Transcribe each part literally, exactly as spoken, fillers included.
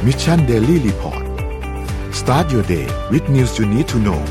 Mission Daily Report start your day with news you need to know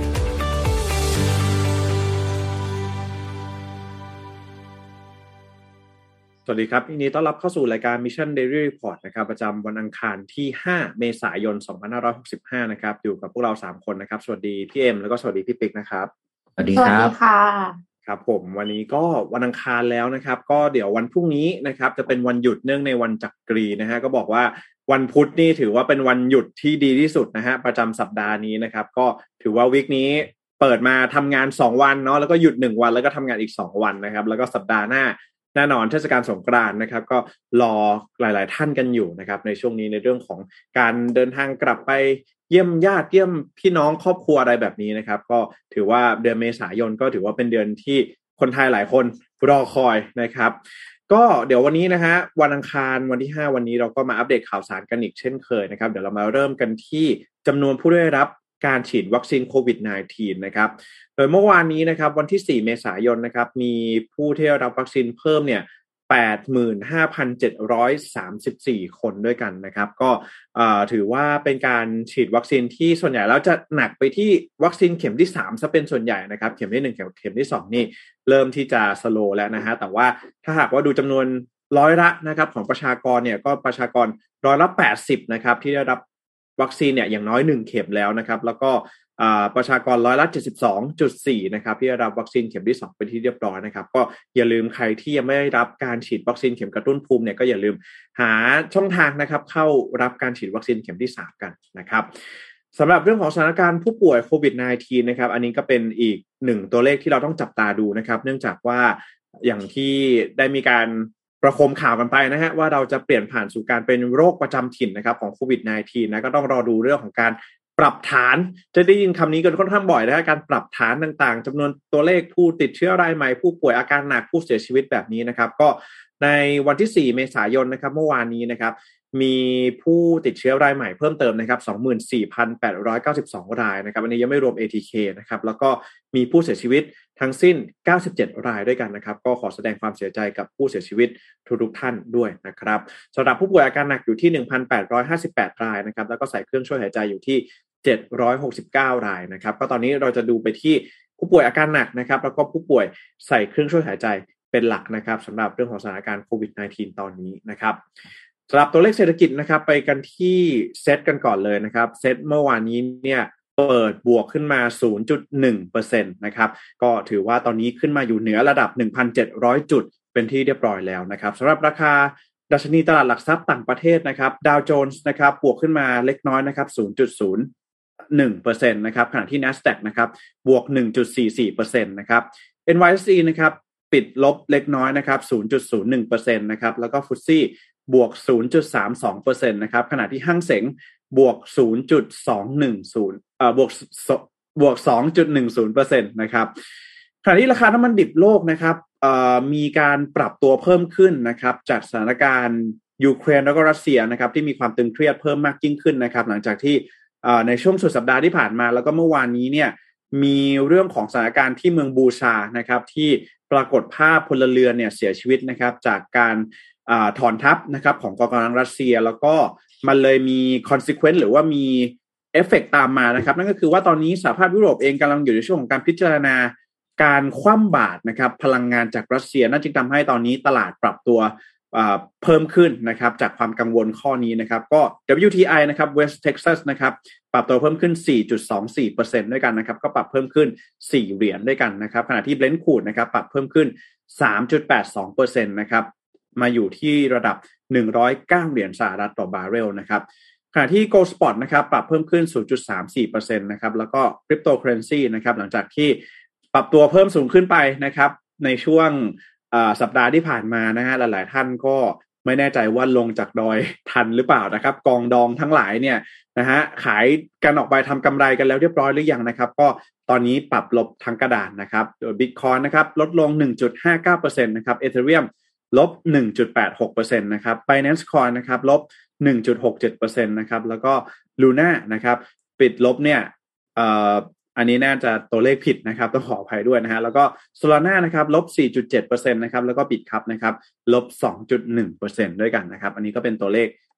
สวัสดีครับยินดีต้อนรับเข้าสู่รายการ Mission Daily Report นะครับประจำวันอังคารที่ห้าเมษายนสองพันห้าร้อยหกสิบห้านะครับอยู่กับพวกเราสามคนนะครับสวัสดีพี่เอ็มแล้วก็สวัสดีพี่ปิ๊กนะครับสวัสดีครับสวัสดีค่ะครับผมวันนี้ก็วันอังคารแล้วนะครับก็เดี๋ยววันพรุ่งนี้นะครับจะเป็นวันหยุดเนื่องในวันจักรีนะฮะก็บอกว่าวันพุธนี่ถือว่าเป็นวันหยุดที่ดีที่สุดนะฮะประจำสัปดาห์นี้นะครับก็ถือว่าวีคนี้เปิดมาทำงานสองวันเนาะแล้วก็หยุดหนึ่งวันแล้วก็ทำงานอีกสองวันนะครับแล้วก็สัปดาห์หน้าแน่นอนเทศกาลสงกรานต์นะครับก็รอหลายๆท่านกันอยู่นะครับในช่วงนี้ในเรื่องของการเดินทางกลับไปเยี่ยมญาติเยี่ยมพี่น้องครอบครัวอะไรแบบนี้นะครับก็ถือว่าเดือนเมษายนก็ถือว่าเป็นเดือนที่คนไทยหลายคนรอคอยนะครับก็เดี๋ยววันนี้นะฮะวันอังคารวันที่ห้าวันนี้เราก็มาอัปเดตข่าวสารกันอีกเช่นเคยนะครับเดี๋ยวเรามาเริ่มกันที่จำนวนผู้ได้รับการฉีดวัคซีนโควิด สิบเก้า นะครับโดยเมื่อวานนี้นะครับวันที่สี่เมษายนนะครับมีผู้ที่ได้รับวัคซีนเพิ่มเนี่ย แปดหมื่นห้าพันเจ็ดร้อยสามสิบสี่ คนด้วยกันนะครับก็ถือว่าเป็นการฉีดวัคซีนที่ส่วนใหญ่แล้วจะหนักไปที่วัคซีนเข็มที่สามซะเป็นส่วนใหญ่นะครับเข็มที่หนึ่งเข็มเข็มที่สองนี่เริ่มที่จะสโลว์แล้วนะฮะแต่ว่าถ้าหากว่าดูจำนวนร้อยละนะครับของประชากรเนี่ยก็ประชากรร้อยละแปดสิบนะครับที่ได้รับวัคซีนเนี่ยอย่างน้อยหนึ่งเข็มแล้วนะครับแล้วก็ประชากรร้อยละ เจ็ดสิบสองจุดสี่ นะครับที่ได้รับวัคซีนเข็มที่สองเป็นที่เรียบร้อยนะครับก็อย่าลืมใครที่ยังไม่ได้รับการฉีดวัคซีนเข็มกระตุ้นภูมิเนี่ยก็อย่าลืมหาช่องทางนะครับเข้ารับการฉีดวัคซีนเข็มที่สามกันนะครับสำหรับเรื่องของสถานการณ์ผู้ป่วยโควิด สิบเก้า นะครับอันนี้ก็เป็นอีกหนึ่งตัวเลขที่เราต้องจับตาดูนะครับเนื่องจากว่าอย่างที่ได้มีการประโคมข่าวกันไปนะฮะว่าเราจะเปลี่ยนผ่านสู่การเป็นโรคประจำถิ่นนะครับของโควิด สิบเก้า นะก็ต้องรอดูเรื่องของการปรับฐานจะได้ยินคำนี้กันค่อนข้างบ่อยนะฮะการปรับฐานต่างๆจำนวนตัวเลขผู้ติดเชื้อรายใหม่ผู้ป่วยอาการหนักผู้เสียชีวิตแบบนี้นะครับก็ในวันที่สี่เมษายนนะครับเมื่อวานนี้นะครับมีผู้ติดเชื้อรายใหม่เพิ่มเติมนะครับ สองหมื่นสี่พันแปดร้อยเก้าสิบสอง รายนะครับอันนี้ยังไม่รวม เอ ที เค นะครับแล้วก็มีผู้เสียชีวิตทั้งสิ้นเก้าสิบเจ็ดรายด้วยกันนะครับก็ขอแสดงความเสียใจกับผู้เสียชีวิตทุกๆท่านด้วยนะครับสำหรับผู้ป่วยอาการหนักอยู่ที่ หนึ่งพันแปดร้อยห้าสิบแปด รายนะครับแล้วก็ใส่เครื่องช่วยหายใจอยู่ที่เจ็ดร้อยหกสิบเก้ารายนะครับก็ตอนนี้เราจะดูไปที่ผู้ป่วยอาการหนักนะครับแล้วก็ผู้ป่วยใส่เครื่องช่วยหายใจเป็นหลักนะครับสำหรับเรื่องของสถานการณ์โควิด สิบเก้า ตอนนี้นะครับสำหรับตัวเลขเศรษฐกิจนะครับไปกันที่เซตกันก่อนเลยนะครับเซตเมื่อวานนี้เนี่ยเปิดบวกขึ้นมา ศูนย์จุดหนึ่งเปอร์เซ็นต์ นะครับก็ถือว่าตอนนี้ขึ้นมาอยู่เหนือระดับ หนึ่งพันเจ็ดร้อย จุดเป็นที่เรียบร้อยแล้วนะครับสำหรับราคาดัชนีตลาดหลักทรัพย์ต่างประเทศนะครับดาวโจนส์นะครับบวกขึ้นมาเล็กน้อยนะครับ ศูนย์จุดศูนย์หนึ่งเปอร์เซ็นต์ นะครับขณะที่ NASDAQ นะครับบวก หนึ่งจุดสี่สี่เปอร์เซ็นต์ นะครับ เอ็น วาย เอส อี นะครับปิดลบเล็กน้อยนะครับ ศูนย์จุดศูนย์หนึ่งเปอร์เซ็นต์ นะครับแล้วก็ เอฟ ที เอส อี บวก ศูนย์จุดสามสองเปอร์เซ็นต์ นะครับขณะที่หั่งเส็งบวก ศูนย์จุดสองหนึ่งศูนย์ เอ่อบวกบวก สองจุดหนึ่งศูนย์เปอร์เซ็นต์ นะครับขณะที่ราคาน้ำมันดิบโลกนะครับเอ่อมีการปรับตัวเพิ่มขึ้นนะครับจากสถานการณ์ยูเครนแล้วก็รัสเซียนะครับที่มีความตึงเครียดเพิ่มมากยิ่งขึ้นนะครับหลังจากที่ในช่วงสุดสัปดาห์ที่ผ่านมาแล้วก็เมื่อวานนี้เนี่ยมีเรื่องของสถานการณ์ที่เมืองบูชานะครับที่ปรากฏภาพพลเรือนเนี่ยเสียชีวิตนะครับจากการถอนทัพนะครับของกองกำลังรัสเซียแล้วก็มันเลยมี consequence หรือว่ามีเอฟเฟกต์ตามมานะครับนั่นก็คือว่าตอนนี้สหภาพยุโรปเองกำลังอยู่ในช่วงของการพิจารณาการคว่ำบาตรนะครับพลังงานจากรัสเซียนั่นจึงทำให้ตอนนี้ตลาดปรับตัวเพิ่มขึ้นนะครับจากความกังวลข้อนี้นะครับก็ ดับเบิลยู ที ไอ นะครับ West Texas นะครับปรับตัวเพิ่มขึ้น สี่จุดสองสี่เปอร์เซ็นต์ ด้วยกันนะครับก็ปรับเพิ่มขึ้นสี่เหรียญด้วยกันนะครับขณะที่ Brent crude นะครับปรับเพิ่มขึ้น สามจุดแปดสองเปอร์เซ็นต์ นะครับมาอยู่ที่ระดับหนึ่งร้อยเก้าเหรียญสหรัฐต่อบาร์เรลนะครับขณะที่ Gold Spot นะครับปรับเพิ่มขึ้น ศูนย์จุดสามสี่เปอร์เซ็นต์ นะครับแล้วก็ Cryptocurrency นะครับหลังจากที่ปรับตัวเพิ่มสูงขึ้นไปนะครับในช่วงสัปดาห์ที่ผ่านมานะฮะหลายๆท่านก็ไม่แน่ใจว่าลงจากดอยทันหรือเปล่านะครับกองดองทั้งหลายเนี่ยนะฮะขายกันออกไปทำกำไรกันแล้วเรียบร้อยหรือยังนะครับก็ตอนนี้ปรับลบทั้งกระดานนะครับโดย Bitcoin นะครับลดลง หนึ่งจุดห้าเก้าเปอร์เซ็นต์ นะครับ Ethereum ลบ หนึ่งจุดแปดหกเปอร์เซ็นต์ นะครับ Binance Coin นะครับลบ หนึ่งจุดหกเจ็ดเปอร์เซ็นต์ นะครับแล้วก็ Luna นะครับปิดลบเนี่ยเอ่อ อันนี้น่าจะตัวเลขผิดนะครับต้องขออภัยด้วยนะฮะแล้วก็ Solana นะครับลบ สี่จุดเจ็ดเปอร์เซ็นต์ นะครับแล้วก็ Bitcup นะครับลบ สองจุดหนึ่งเปอร์เซ็นต์ ด้วยกันนะครับอันนี้ก็เป็นตัวเลข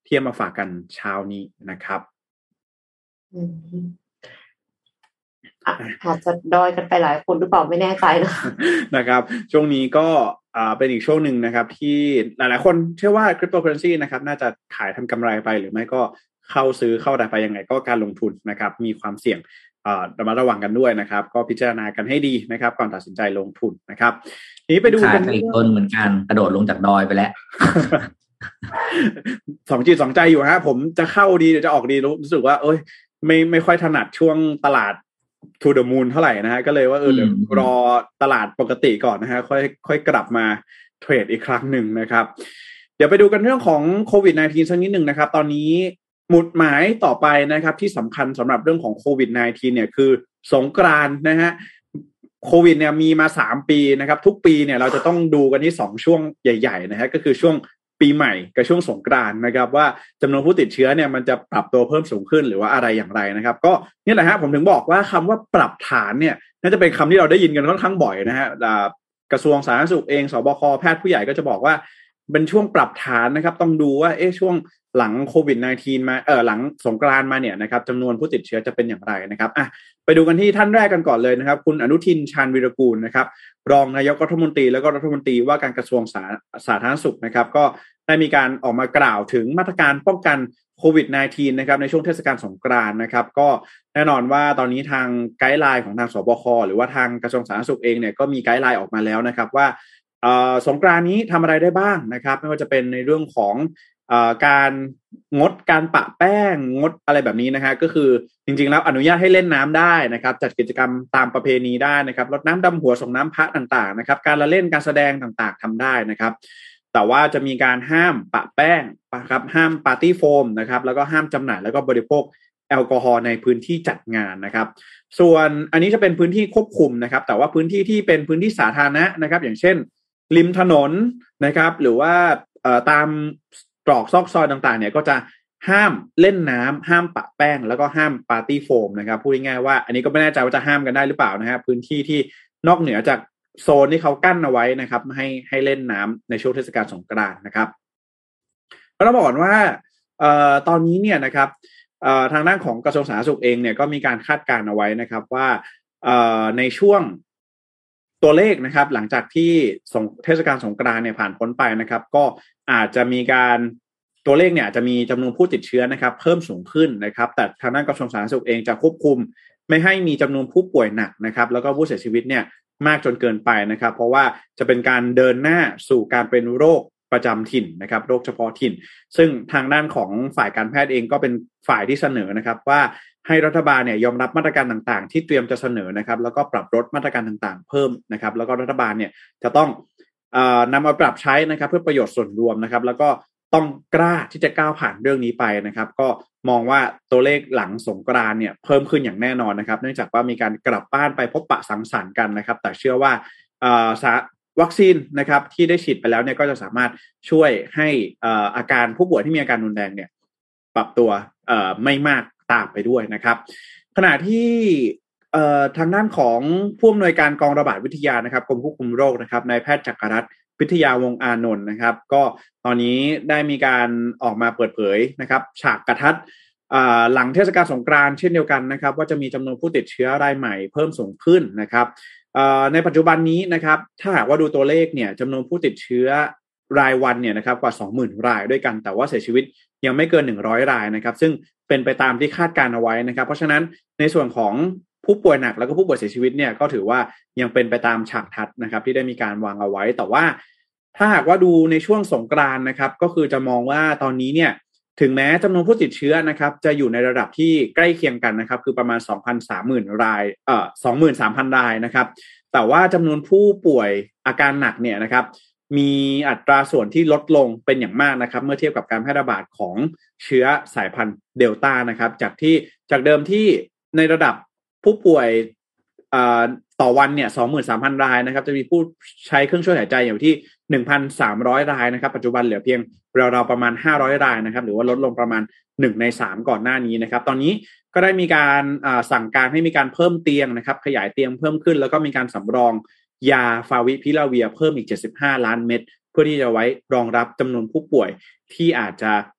ที่มาฝากกันเช้านี้นะครับอาจจะดอยกันไปหลายคนหรือเปล่าไม่แน่ใจนะนะครับช่วงนี้ก็อ่าเป็นอีกช่วงหนึ่งนะครับที่หลายๆคนเชื่อว่าคริปโตเคอเรนซีนะครับน่าจะขายทำกำไรไปหรือไม่ก็เข้าซื้อเข้าได้ไปยังไงก็การลงทุนนะครับมีความเสี่ยงอ่าระมัดระวังกันด้วยนะครับก็พิจารณากันให้ดีนะครับก่อนตัดสินใจลงทุนนะครับนี้ไปดูกันอีกต้นเหมือนกันกระโดดลงจากดอยไปแล้วสองจิตสองใจอยู่ฮะผมจะเข้าดีหรือจะออกดีรู้สึกว่าเอ้ยไม่ไม่ค่อยถนัดช่วงตลาดto the moon เท่าไหร่นะฮะก็เลยว่าเออเดี๋ยวรอตลาดปกติก่อนนะฮะค่อยค่อยกลับมาเทรดอีกครั้งหนึ่งนะครับเดี๋ยวไปดูกันเรื่องของโควิด สิบเก้า สักนิดหนึ่งนะครับตอนนี้หมุดหมายต่อไปนะครับที่สำคัญสำหรับเรื่องของโควิด สิบเก้า เนี่ยคือสงกรานต์นะฮะโควิดเนี่ยมีมาสามปีนะครับทุกปีเนี่ยเราจะต้องดูกันที่สองช่วงใหญ่ๆนะฮะก็คือช่วงปีใหม่กับช่วงสงกรานต์นะครับว่าจำนวนผู้ติดเชื้อเนี่ยมันจะปรับตัวเพิ่มสูงขึ้นหรือว่าอะไรอย่างไรนะครับก็นี่แหละฮะผมถึงบอกว่าคำว่าปรับฐานเนี่ยน่าจะเป็นคำที่เราได้ยินกันค่อนข้างบ่อยนะฮะกระทรวงสาธารณสุขเองสบคแพทย์ผู้ใหญ่ก็จะบอกว่าเป็นช่วงปรับฐานนะครับต้องดูว่าเอ๊ะช่วงหลังโควิด สิบเก้า มาเออหลังสงกรานต์มาเนี่ยนะครับจำนวนผู้ติดเชื้อจะเป็นอย่างไรนะครับอ่ะไปดูกันที่ท่านแรกกันก่อนเลยนะครับคุณอนุทินชาญวีรกูลนะครับรองนายกรัฐมนตรีแล้วก็รัฐมนตรีว่าการกระทรวงสาสาธารณสุขนะครับก็ได้มีการออกมากล่าวถึงมาตรการป้องกันโควิด สิบเก้า นะครับในช่วงเทศกาลสงกรานต์นะครับก็แน่นอนว่าตอนนี้ทางไกด์ไลน์ของทางสบคหรือว่าทางกระทรวงสาธารณสุขเองเนี่ยก็มีไกด์ไลน์ออกมาแล้วนะครับว่าสงกรานต์นี้ทำอะไรได้บ้างนะครับไม่ว่าจะเป็นในเรื่องของการงดการปะแป้งงดอะไรแบบนี้นะฮะก็คือจริงๆแล้วอนุญาตให้เล่นน้ำได้นะครับจัดกิจกรรมตามประเพณีได้นะครับรดน้ำดำหัวส่งน้ำพระต่างๆนะครับการละเล่นการแสดงต่างๆทำได้นะครับแต่ว่าจะมีการห้ามปะแป้งนะครับห้ามปาร์ตี้โฟมนะครับแล้วก็ห้ามจำหน่ายแล้วก็บริโภคแอลกอฮอล์ในพื้นที่จัดงานนะครับส่วนอันนี้จะเป็นพื้นที่ควบคุมนะครับแต่ว่าพื้นที่ที่เป็นพื้นที่สาธารณะนะครับอย่างเช่นริมถนนนะครับหรือว่าตามตรอกซอกซอยต่างๆเนี่ยก็จะห้ามเล่นน้ำห้ามปะแป้งแล้วก็ห้ามปาร์ตี้โฟมนะครับพูดง่ายๆว่าอันนี้ก็ไม่แน่ใจว่าจะห้ามกันได้หรือเปล่านะฮะพื้นที่ที่นอกเหนือจากโซนที่เขากั้นเอาไว้นะครับให้ให้เล่นน้ำในช่วงเทศกาลสงกรานต์นะครับก็ต้องบอกก่อนว่าเอ่อตอนนี้เนี่ยนะครับเอ่อทางด้านของกระทรวงสาธารณสุขเองเนี่ยก็มีการคาดการณ์เอาไว้นะครับว่าเอ่อในช่วงตัวเลขนะครับหลังจากที่เทศกาลสงกรานต์เนี่ยผ่านพ้นไปนะครับก็อาจจะมีการตัวเลขเนี่ยจะมีจำนวนผู้ติดเชื้อนะครับเพิ่มสูงขึ้นนะครับแต่ทางด้านกระทรวงสาธารณสุขเองจะควบคุมไม่ให้มีจำนวนผู้ป่วยหนักนะครับแล้วก็ผู้เสียชีวิตเนี่ยมากจนเกินไปนะครับเพราะว่าจะเป็นการเดินหน้าสู่การเป็นโรคประจำถิ่นนะครับโรคเฉพาะถิ่นซึ่งทางด้านของฝ่ายการแพทย์เองก็เป็นฝ่ายที่เสนอนะครับว่าให้รัฐบาลเนี่ยยอมรับมาตรการต่างๆที่เตรียมจะเสนอนะครับแล้วก็ปรับลดมาตรการต่างๆเพิ่มนะครับแล้วก็รัฐบาลเนี่ยจะต้องเอ่อนำมาปรับใช้นะครับเพื่อประโยชน์ส่วนรวมนะครับแล้วก็ต้องกล้าที่จะก้าวผ่านเรื่องนี้ไปนะครับก็มองว่าตัวเลขหลังสงกรานต์เนี่ยเพิ่มขึ้นอย่างแน่นอนนะครับเนื่องจากว่ามีการกลับบ้านไปพบปะสังสรรค์กันนะครับแต่เชื่อว่าเอ่อวัคซีนนะครับที่ได้ฉีดไปแล้วเนี่ยก็จะสามารถช่วยให้เอ่ออาการผู้ป่วยที่มีอาการรุนแรงเนี่ยปรับตัวเอ่อไม่มากตามไปด้วยนะครับขณะที่เอ่อทางด้านของผู้อำนวยการกองระบาดวิทยานะครับกรมควบคุมโรคนะครับนายแพทย์จักรรัตน์วิทยาวงศ์อานนท์นะครับก็ตอนนี้ได้มีการออกมาเปิดเผยนะครับฉากกระทัดหลังเทศกาลสงกรานต์เช่นเดียวกันนะครับว่าจะมีจำนวนผู้ติดเชื้อรายใหม่เพิ่มสูงขึ้นนะครับในปัจจุบันนี้นะครับถ้าหากว่าดูตัวเลขเนี่ยจำนวนผู้ติดเชื้อรายวันเนี่ยนะครับกว่า สองหมื่น รายด้วยกันแต่ว่าเสียชีวิตยังไม่เกินหนึ่งร้อยรายนะครับซึ่งเป็นไปตามที่คาดการเอาไว้นะครับเพราะฉะนั้นในส่วนของผู้ป่วยหนักแล้วก็ผู้ป่วยเสียชีวิตเนี่ยก็ถือว่ายังเป็นไปตามฉากทัดนะครับที่ได้มีการวางเอาไว้แต่ว่าถ้าหากว่าดูในช่วงสงกรานต์นะครับก็คือจะมองว่าตอนนี้เนี่ยถึงแม้จำนวนผู้ติดเชื้อนะครับจะอยู่ในระดับที่ใกล้เคียงกันนะครับคือประมาณ สองพันสามหมื่น รายเอ่อ สองหมื่นสามพัน รายนะครับแต่ว่าจำนวนผู้ป่วยอาการหนักเนี่ยนะครับมีอัตราส่วนที่ลดลงเป็นอย่างมากนะครับเมื่อเทียบกับการแพร่ระบาดของเชื้อสายพันธุ์เดลต้านะครับจากที่จากเดิมที่ในระดับผู้ป่วยต่อวันเนี่ย สองหมื่นสามพัน รายนะครับจะมีผู้ใช้เครื่องช่วยหายใจอยู่ที่ หนึ่งพันสามร้อย รายนะครับปัจจุบันเหลือเพียงราวๆประมาณห้าร้อยรายนะครับหรือว่าลดลงประมาณหนึ่งในสามก่อนหน้านี้นะครับตอนนี้ก็ได้มีการสั่งการให้มีการเพิ่มเตียงนะครับขยายเตียงเพิ่มขึ้นแล้วก็มีการสำรองยาฟาวิพิลาเวียเพิ่มอีกเจ็ดสิบห้าล้านเม็ดเพื่อที่จะไว้รองรับจำนวนผู้ป่วยที่อาจจะ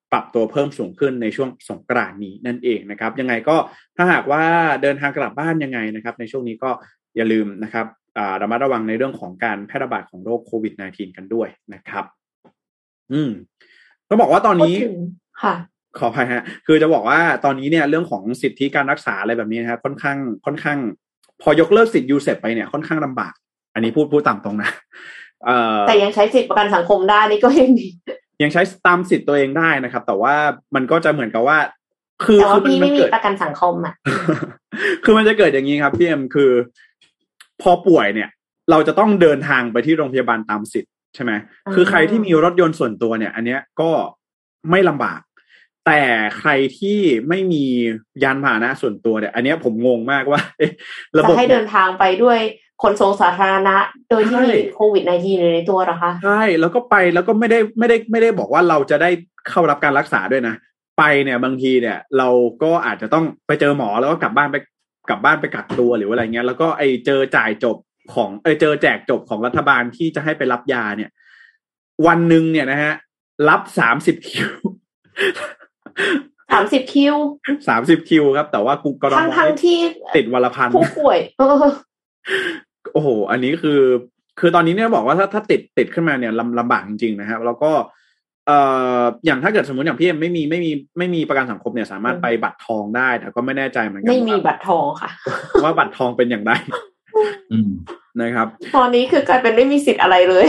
ปรับตัวเพิ่มสูงขึ้นในช่วงสงกรานต์นี้นั่นเองนะครับยังไงก็ถ้าหากว่าเดินทางกลับบ้านยังไงนะครับในช่วงนี้ก็อย่าลืมนะครับระมัดระวังในเรื่องของการแพร่ระบาดของโรคโควิด สิบเก้า กันด้วยนะครับอืมก็บอกว่าตอนนี้ค่ะขออภัยฮะคือจะบอกว่าตอนนี้เนี่ยเรื่องของสิทธิการรักษาอะไรแบบนี้นะครับค่อนข้างค่อนข้างพอยกเลิกสิทธิ์ยูเซปไปเนี่ยค่อนข้างลำบากอันนี้พูดพูดตามตรงนะเอ่อแต่ยังใช้สิทธิประกันสังคมได้นี่ก็ยังดียังใช้ตามสิทธิ์ตัวเองได้นะครับแต่ว่ามันก็จะเหมือนกับว่าคือแต่ว่าพี่ไม่มีประกันสังคมอ่ะคือมันจะเกิดอย่างนี้ครับพี่เอ็มคือพอป่วยเนี่ยเราจะต้องเดินทางไปที่โรงพยาบาลตามสิทธิ์ใช่ไหมคือใครที่มีรถยนต์ส่วนตัวเนี่ยอันเนี้ยก็ไม่ลำบากแต่ใครที่ไม่มียานพาหนะส่วนตัวเนี่ยอันเนี้ยผมงงมากว่าระบบจะให้เดินทางไปด้วยขนส่งสาธารณะโดยที่มีโควิด สิบเก้า อยู่ในตัวเหรอคะใช่แล้วก็ไปแล้วก็ไม่ได้ไม่ได้ไม่ได้บอกว่าเราจะได้เข้ารับการรักษาด้วยนะไปเนี่ยบางทีเนี่ยเราก็อาจจะต้องไปเจอหมอแล้วก็กลับบ้านไปกลับบ้านไปกักตัวหรืออะไรเงี้ยแล้วก็ไอเจอจ่ายจบของเออเจอแจกจบของรัฐบาลที่จะให้ไปรับยาเนี่ยวันนึงเนี่ยนะฮะรับสามสิบคิวสามสิบคิวสามสิบคิวครับแต่ว่ากูกรทั้งทั้งที่ติดวันละพันผู้ป่วยเออโอ้โหอันนี้คือคือตอนนี้เนี่ยบอกว่าถ้าถ้าติดติดขึ้นมาเนี่ยลำลำบากจริงๆนะครับแล้วก็เอ่ออย่างถ้าเกิดสมมติอย่างพี่เอ็มไม่มีไม่มีไม่มีประกันสังคมเนี่ยสามารถไปบัตรทองได้แต่ก็ไม่แน่ใจเหมือนกันไม่มีบัตรทองค่ะว่าบัตรทองเป็นอย่างไรนะครับตอนนี้คือกลายเป็นไม่มีสิทธิ์อะไรเลย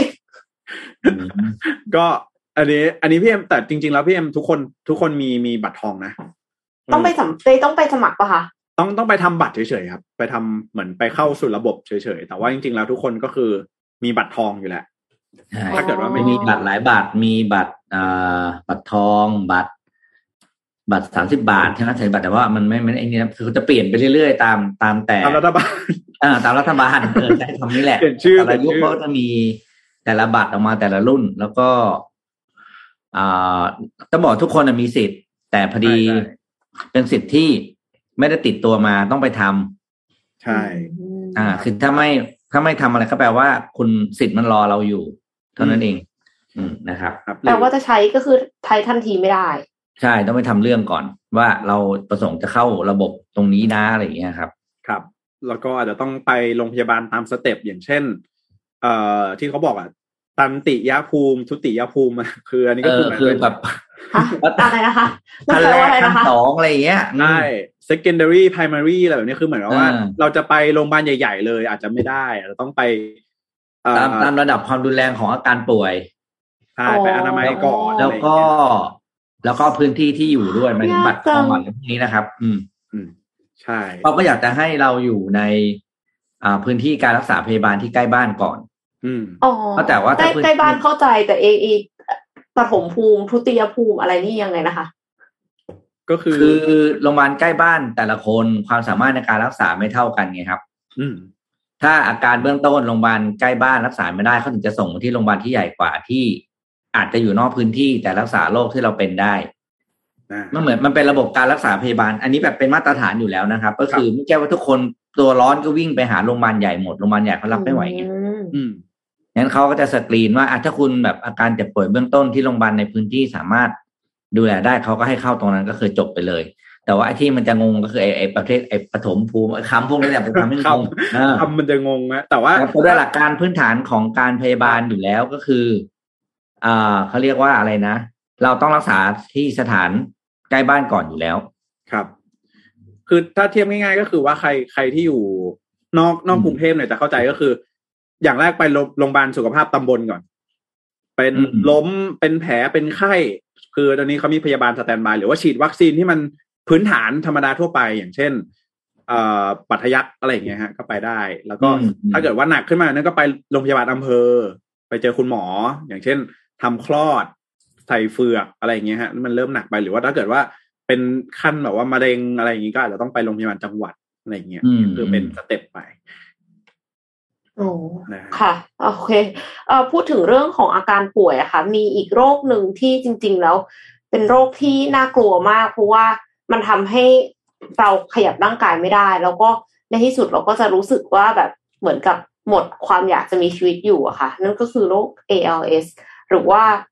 ก็อันนี้อันนี้พี่เอ็มแต่จริงๆแล้วพี่เอ็มทุกคนทุกคนมีมีบัตรทองนะต้องไปสมัครต้องไปสมัครป่ะคะต้องต้องไปทำบัตรเฉยๆครับไปทำเหมือนไปเข้าสู่ระบบเฉยๆแต่ว่าจริงๆแล้วทุกคนก็คือมีบัตรทองอยู่แหละถ้าเกิดว่าไม่มีบัตรหลายบัตรมีบัตรอ่าบัตรทองบัตรบัตรสามสิบบาทใช่ไหมใช้บัตรแต่ว่ามันไม่ไม่ไอ้นี่นะคือจะเปลี่ยนไปเรื่อยๆตามตามแต่ตามรัฐบาลอ่าตามรัฐบาลเออใช้คำนี้แหละเปลี่ยนชื่อแต่ละยุคก็จะมีแต่ละบัตรออกมาแต่ละรุ่นแล้วก็อ่าต้องบอกทุกคนมีสิทธิ์แต่พอดีเป็นสิทธิ์ที่ไม่ได้ติดตัวมาต้องไปทำใช่อ่าคือถ้าไม่ถ้าไม่ทำอะไรก็แปลว่าคุณสิทธิ์มันรอเราอยู่เท่านั้นเองอืมนะครับแปลว่าจะใช้ก็คือใช้ทันทีไม่ได้ใช่ต้องไปทำเรื่องก่อนว่าเราประสงค์จะเข้าระบบตรงนี้นะอะไรอย่างเงี้ยครับครับแล้วก็อาจจะต้องไปโรงพยาบาลตามสเต็ปอย่างเช่นเอ่อที่เขาบอกอ่ะตันติยภูมิทุติยภูมิคืออันนี้ก็คือคือแบบอะไรนะคะขั้นแรกขั้นสองอะไรอย่างเงี้ยใช่ secondary primary อะไรแบบนี้คือเหมือนกับว่าเราจะไปโรงพยาบาลใหญ่ๆเลยอาจจะไม่ได้เราต้องไปตามตามระดับความรุนแรงของอาการป่วยใช่ไปอนามัยก่อนแล้วก็แล้วก็พื้นที่ที่อยู่ด้วยมันบัตรทองบัตรพวกนี้นะครับอืมอืมใช่เราก็อยากจะให้เราอยู่ในอ่าพื้นที่การรักษาพยาบาลที่ใกล้บ้านก่อนอืมอ๋อแต่ว่าใกล้ใกล้บ้านเข้าใจแต่เอเอปฐมภูมิทุติยภูมิอะไรนี่ยังไงนะคะก็คือคือโรงพยาบาลใกล้บ้านแต่ละคนความสามารถในการรักษาไม่เท่ากันไงครับอืมถ้าอาการเบื้องต้นโรงพยาบาลใกล้บ้านรักษาไม่ได้เขาถึงจะส่งที่โรงพยาบาลที่ใหญ่กว่าที่อาจจะอยู่นอกพื้นที่แต่รักษาโรคที่เราเป็นได้มันเหมือนมันเป็นระบบการรักษาพยาบาลอันนี้แบบเป็นมาตรฐานอยู่แล้วนะครับก็คือไม่ใช่ว่าทุกคนตัวร้อนก็วิ่งไปหาโรงพยาบาลใหญ่หมดโรงพยาบาลใหญ่เขารับไม่ไหวไงอืมงั้นเขาก็จะสกรีนว่าถ้าคุณแบบอาการเจ็บป่วยเบื้องต้นที่โรงพยาบาลในพื้นที่สามารถดูแลได้เขาก็ให้เข้าตรงนั้นก็คือจบไปเลยแต่ว่าไอ้ที่มันจะงงก็คือไอ้ไอ้ประเภทไอ้ปฐมภูมิคำพวกนี้แหละเป็นคำไม่งงคำมันจะงงนะแต่ว่าด้วยหลักการพื้นฐานของการพยาบาลอยู่แล้วก็คืออ่าเขาเรียกว่าอะไรนะเราต้องรักษาที่สถานใกล้บ้านก่อนอยู่แล้วครับคือถ้าเทียบง่ายๆก็คือว่าใครใครที่อยู่นอกนอกกรุงเทพเนี่ยจะเข้าใจก็คืออย่างแรกไปโรงพยาบาลสุขภาพตำบลก่อนเป็นล้มเป็นแผลเป็นไข้คือตอนนี้เขามีพยาบาลสแตนด์บายหรือว่าฉีดวัคซีนที่มันพื้นฐานธรรมดาทั่วไปอย่างเช่นเอ่อปัทยักอะไรอย่างเงี้ยฮะก็ไปได้แล้วก็ถ้าเกิดว่าหนักขึ้นมานั่นก็ไปโรงพยาบาลอำเภอไปเจอคุณหมออย่างเช่นทำคลอดใส่เฟือกอะไรอย่างเงี้ยฮะมันเริ่มหนักไปหรือว่าถ้าเกิดว่าเป็นขั้นแบบว่ามะเร็งอะไรอย่างงี้ก็อาจจะต้องไปโรงพยาบาลจังหวัดอะไรอย่างเงี้ยคือเป็นสเต็ปไปโอ้ค่ะโอเคเอ่อพูดถึงเรื่องของอาการป่วยอะค่ะมีอีกโรคหนึ่งที่จริงๆแล้วเป็นโรคที่น่ากลัวมากเพราะว่ามันทำให้เราขยับร่างกายไม่ได้แล้วก็ในที่สุดเราก็จะรู้สึกว่าแบบเหมือนกับหมดความอยากจะมีชีวิตอยู่อะค่ะนั่นก็คือโรค เอ แอล เอส หรือว่า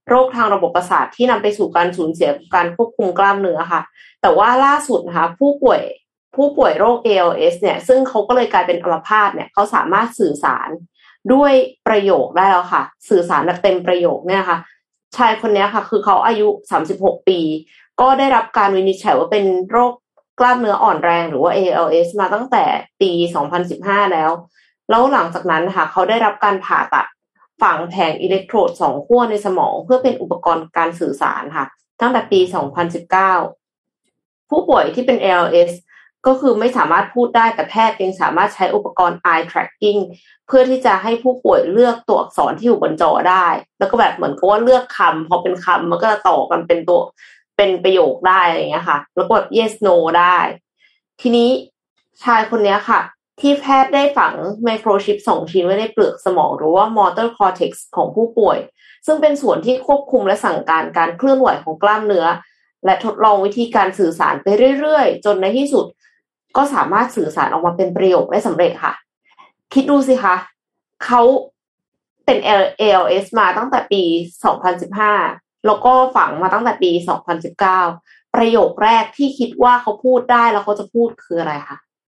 โรคทางระบบประสาทที่นำไปสู่การสูญเสียการควบคุมกล้ามเนื้อค่ะแต่ว่าล่าสุดนะคะผู้ป่วยผู้ป่วยโรค เอ แอล เอส เนี่ยซึ่งเขาก็เลยกลายเป็นอัมพาตเนี่ยเขาสามารถสื่อสารด้วยประโยคได้แล้วค่ะสื่อสารแบบเต็มประโยคเนี่ยค่ะชายคนนี้ค่ะคือเขาอายุสามสิบหกปีก็ได้รับการวินิจฉัยว่าเป็นโรคกล้ามเนื้ออ่อนแรงหรือว่า เอ แอล เอส มาตั้งแต่ปีสองพันสิบห้าแล้วแล้วหลังจากนั้นค่ะเขาได้รับการผ่าตัดฝังแผงอิเล็กโทรดสองขั้วในสมองเพื่อเป็นอุปกรณ์การสื่อสารค่ะตั้งแต่ปีสองพันสิบเก้าผู้ป่วยที่เป็น เอ แอล เอส ก็คือไม่สามารถพูดได้แต่แพทย์ยังสามารถใช้อุปกรณ์ eye tracking เพื่อที่จะให้ผู้ป่วยเลือกตัวอักษรที่อยู่บนจอได้แล้วก็แบบเหมือนกับว่าเลือกคำพอเป็นคำมันก็จะต่อกันเป็นตัวเป็นประโยคได้อะไรอย่างเงี้ยค่ะแล้วก็แบบ yes no ได้ทีนี้ชายคนนี้ค่ะที่แพทย์ได้ฝังไมโครชิปสองชิ้นไว้ในเปลือกสมองหรือว่า motor cortex ของผู้ป่วยซึ่งเป็นส่วนที่ควบคุมและสั่งการการเคลื่อนไหวของกล้ามเนื้อและทดลองวิธีการสื่อสารไปเรื่อยๆจนในที่สุดก็สามารถสื่อสารออกมาเป็นประโยคได้สำเร็จค่ะคิดดูสิคะเขาเป็น เอ แอล เอส มาตั้งแต่ปีสองพันสิบห้าแล้วก็ฝังมาตั้งแต่ปีสองพันสิบเก้าประโยคแรกที่คิดว่าเขาพูดได้แล้วเขาจะพูดคืออะไรคะ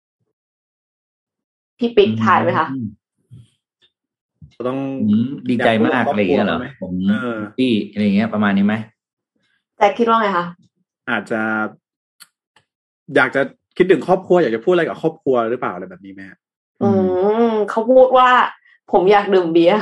พี่ปิ๊กทายไหมคะต้องดีใจมากอะไรอย่างเงี้ยเหรอผมพี่อะไรอย่างเงี้ยประมาณนี้ไหมแต่คิดว่าไงคะอาจจะอยากจะคิดถึงครอบครัวอยากจะพูดอะไรกับครอบครัวหรือเปล่าอะไรแบบนี้แม่อืมเขาพูดว่าผมอยากดื่มเบียร์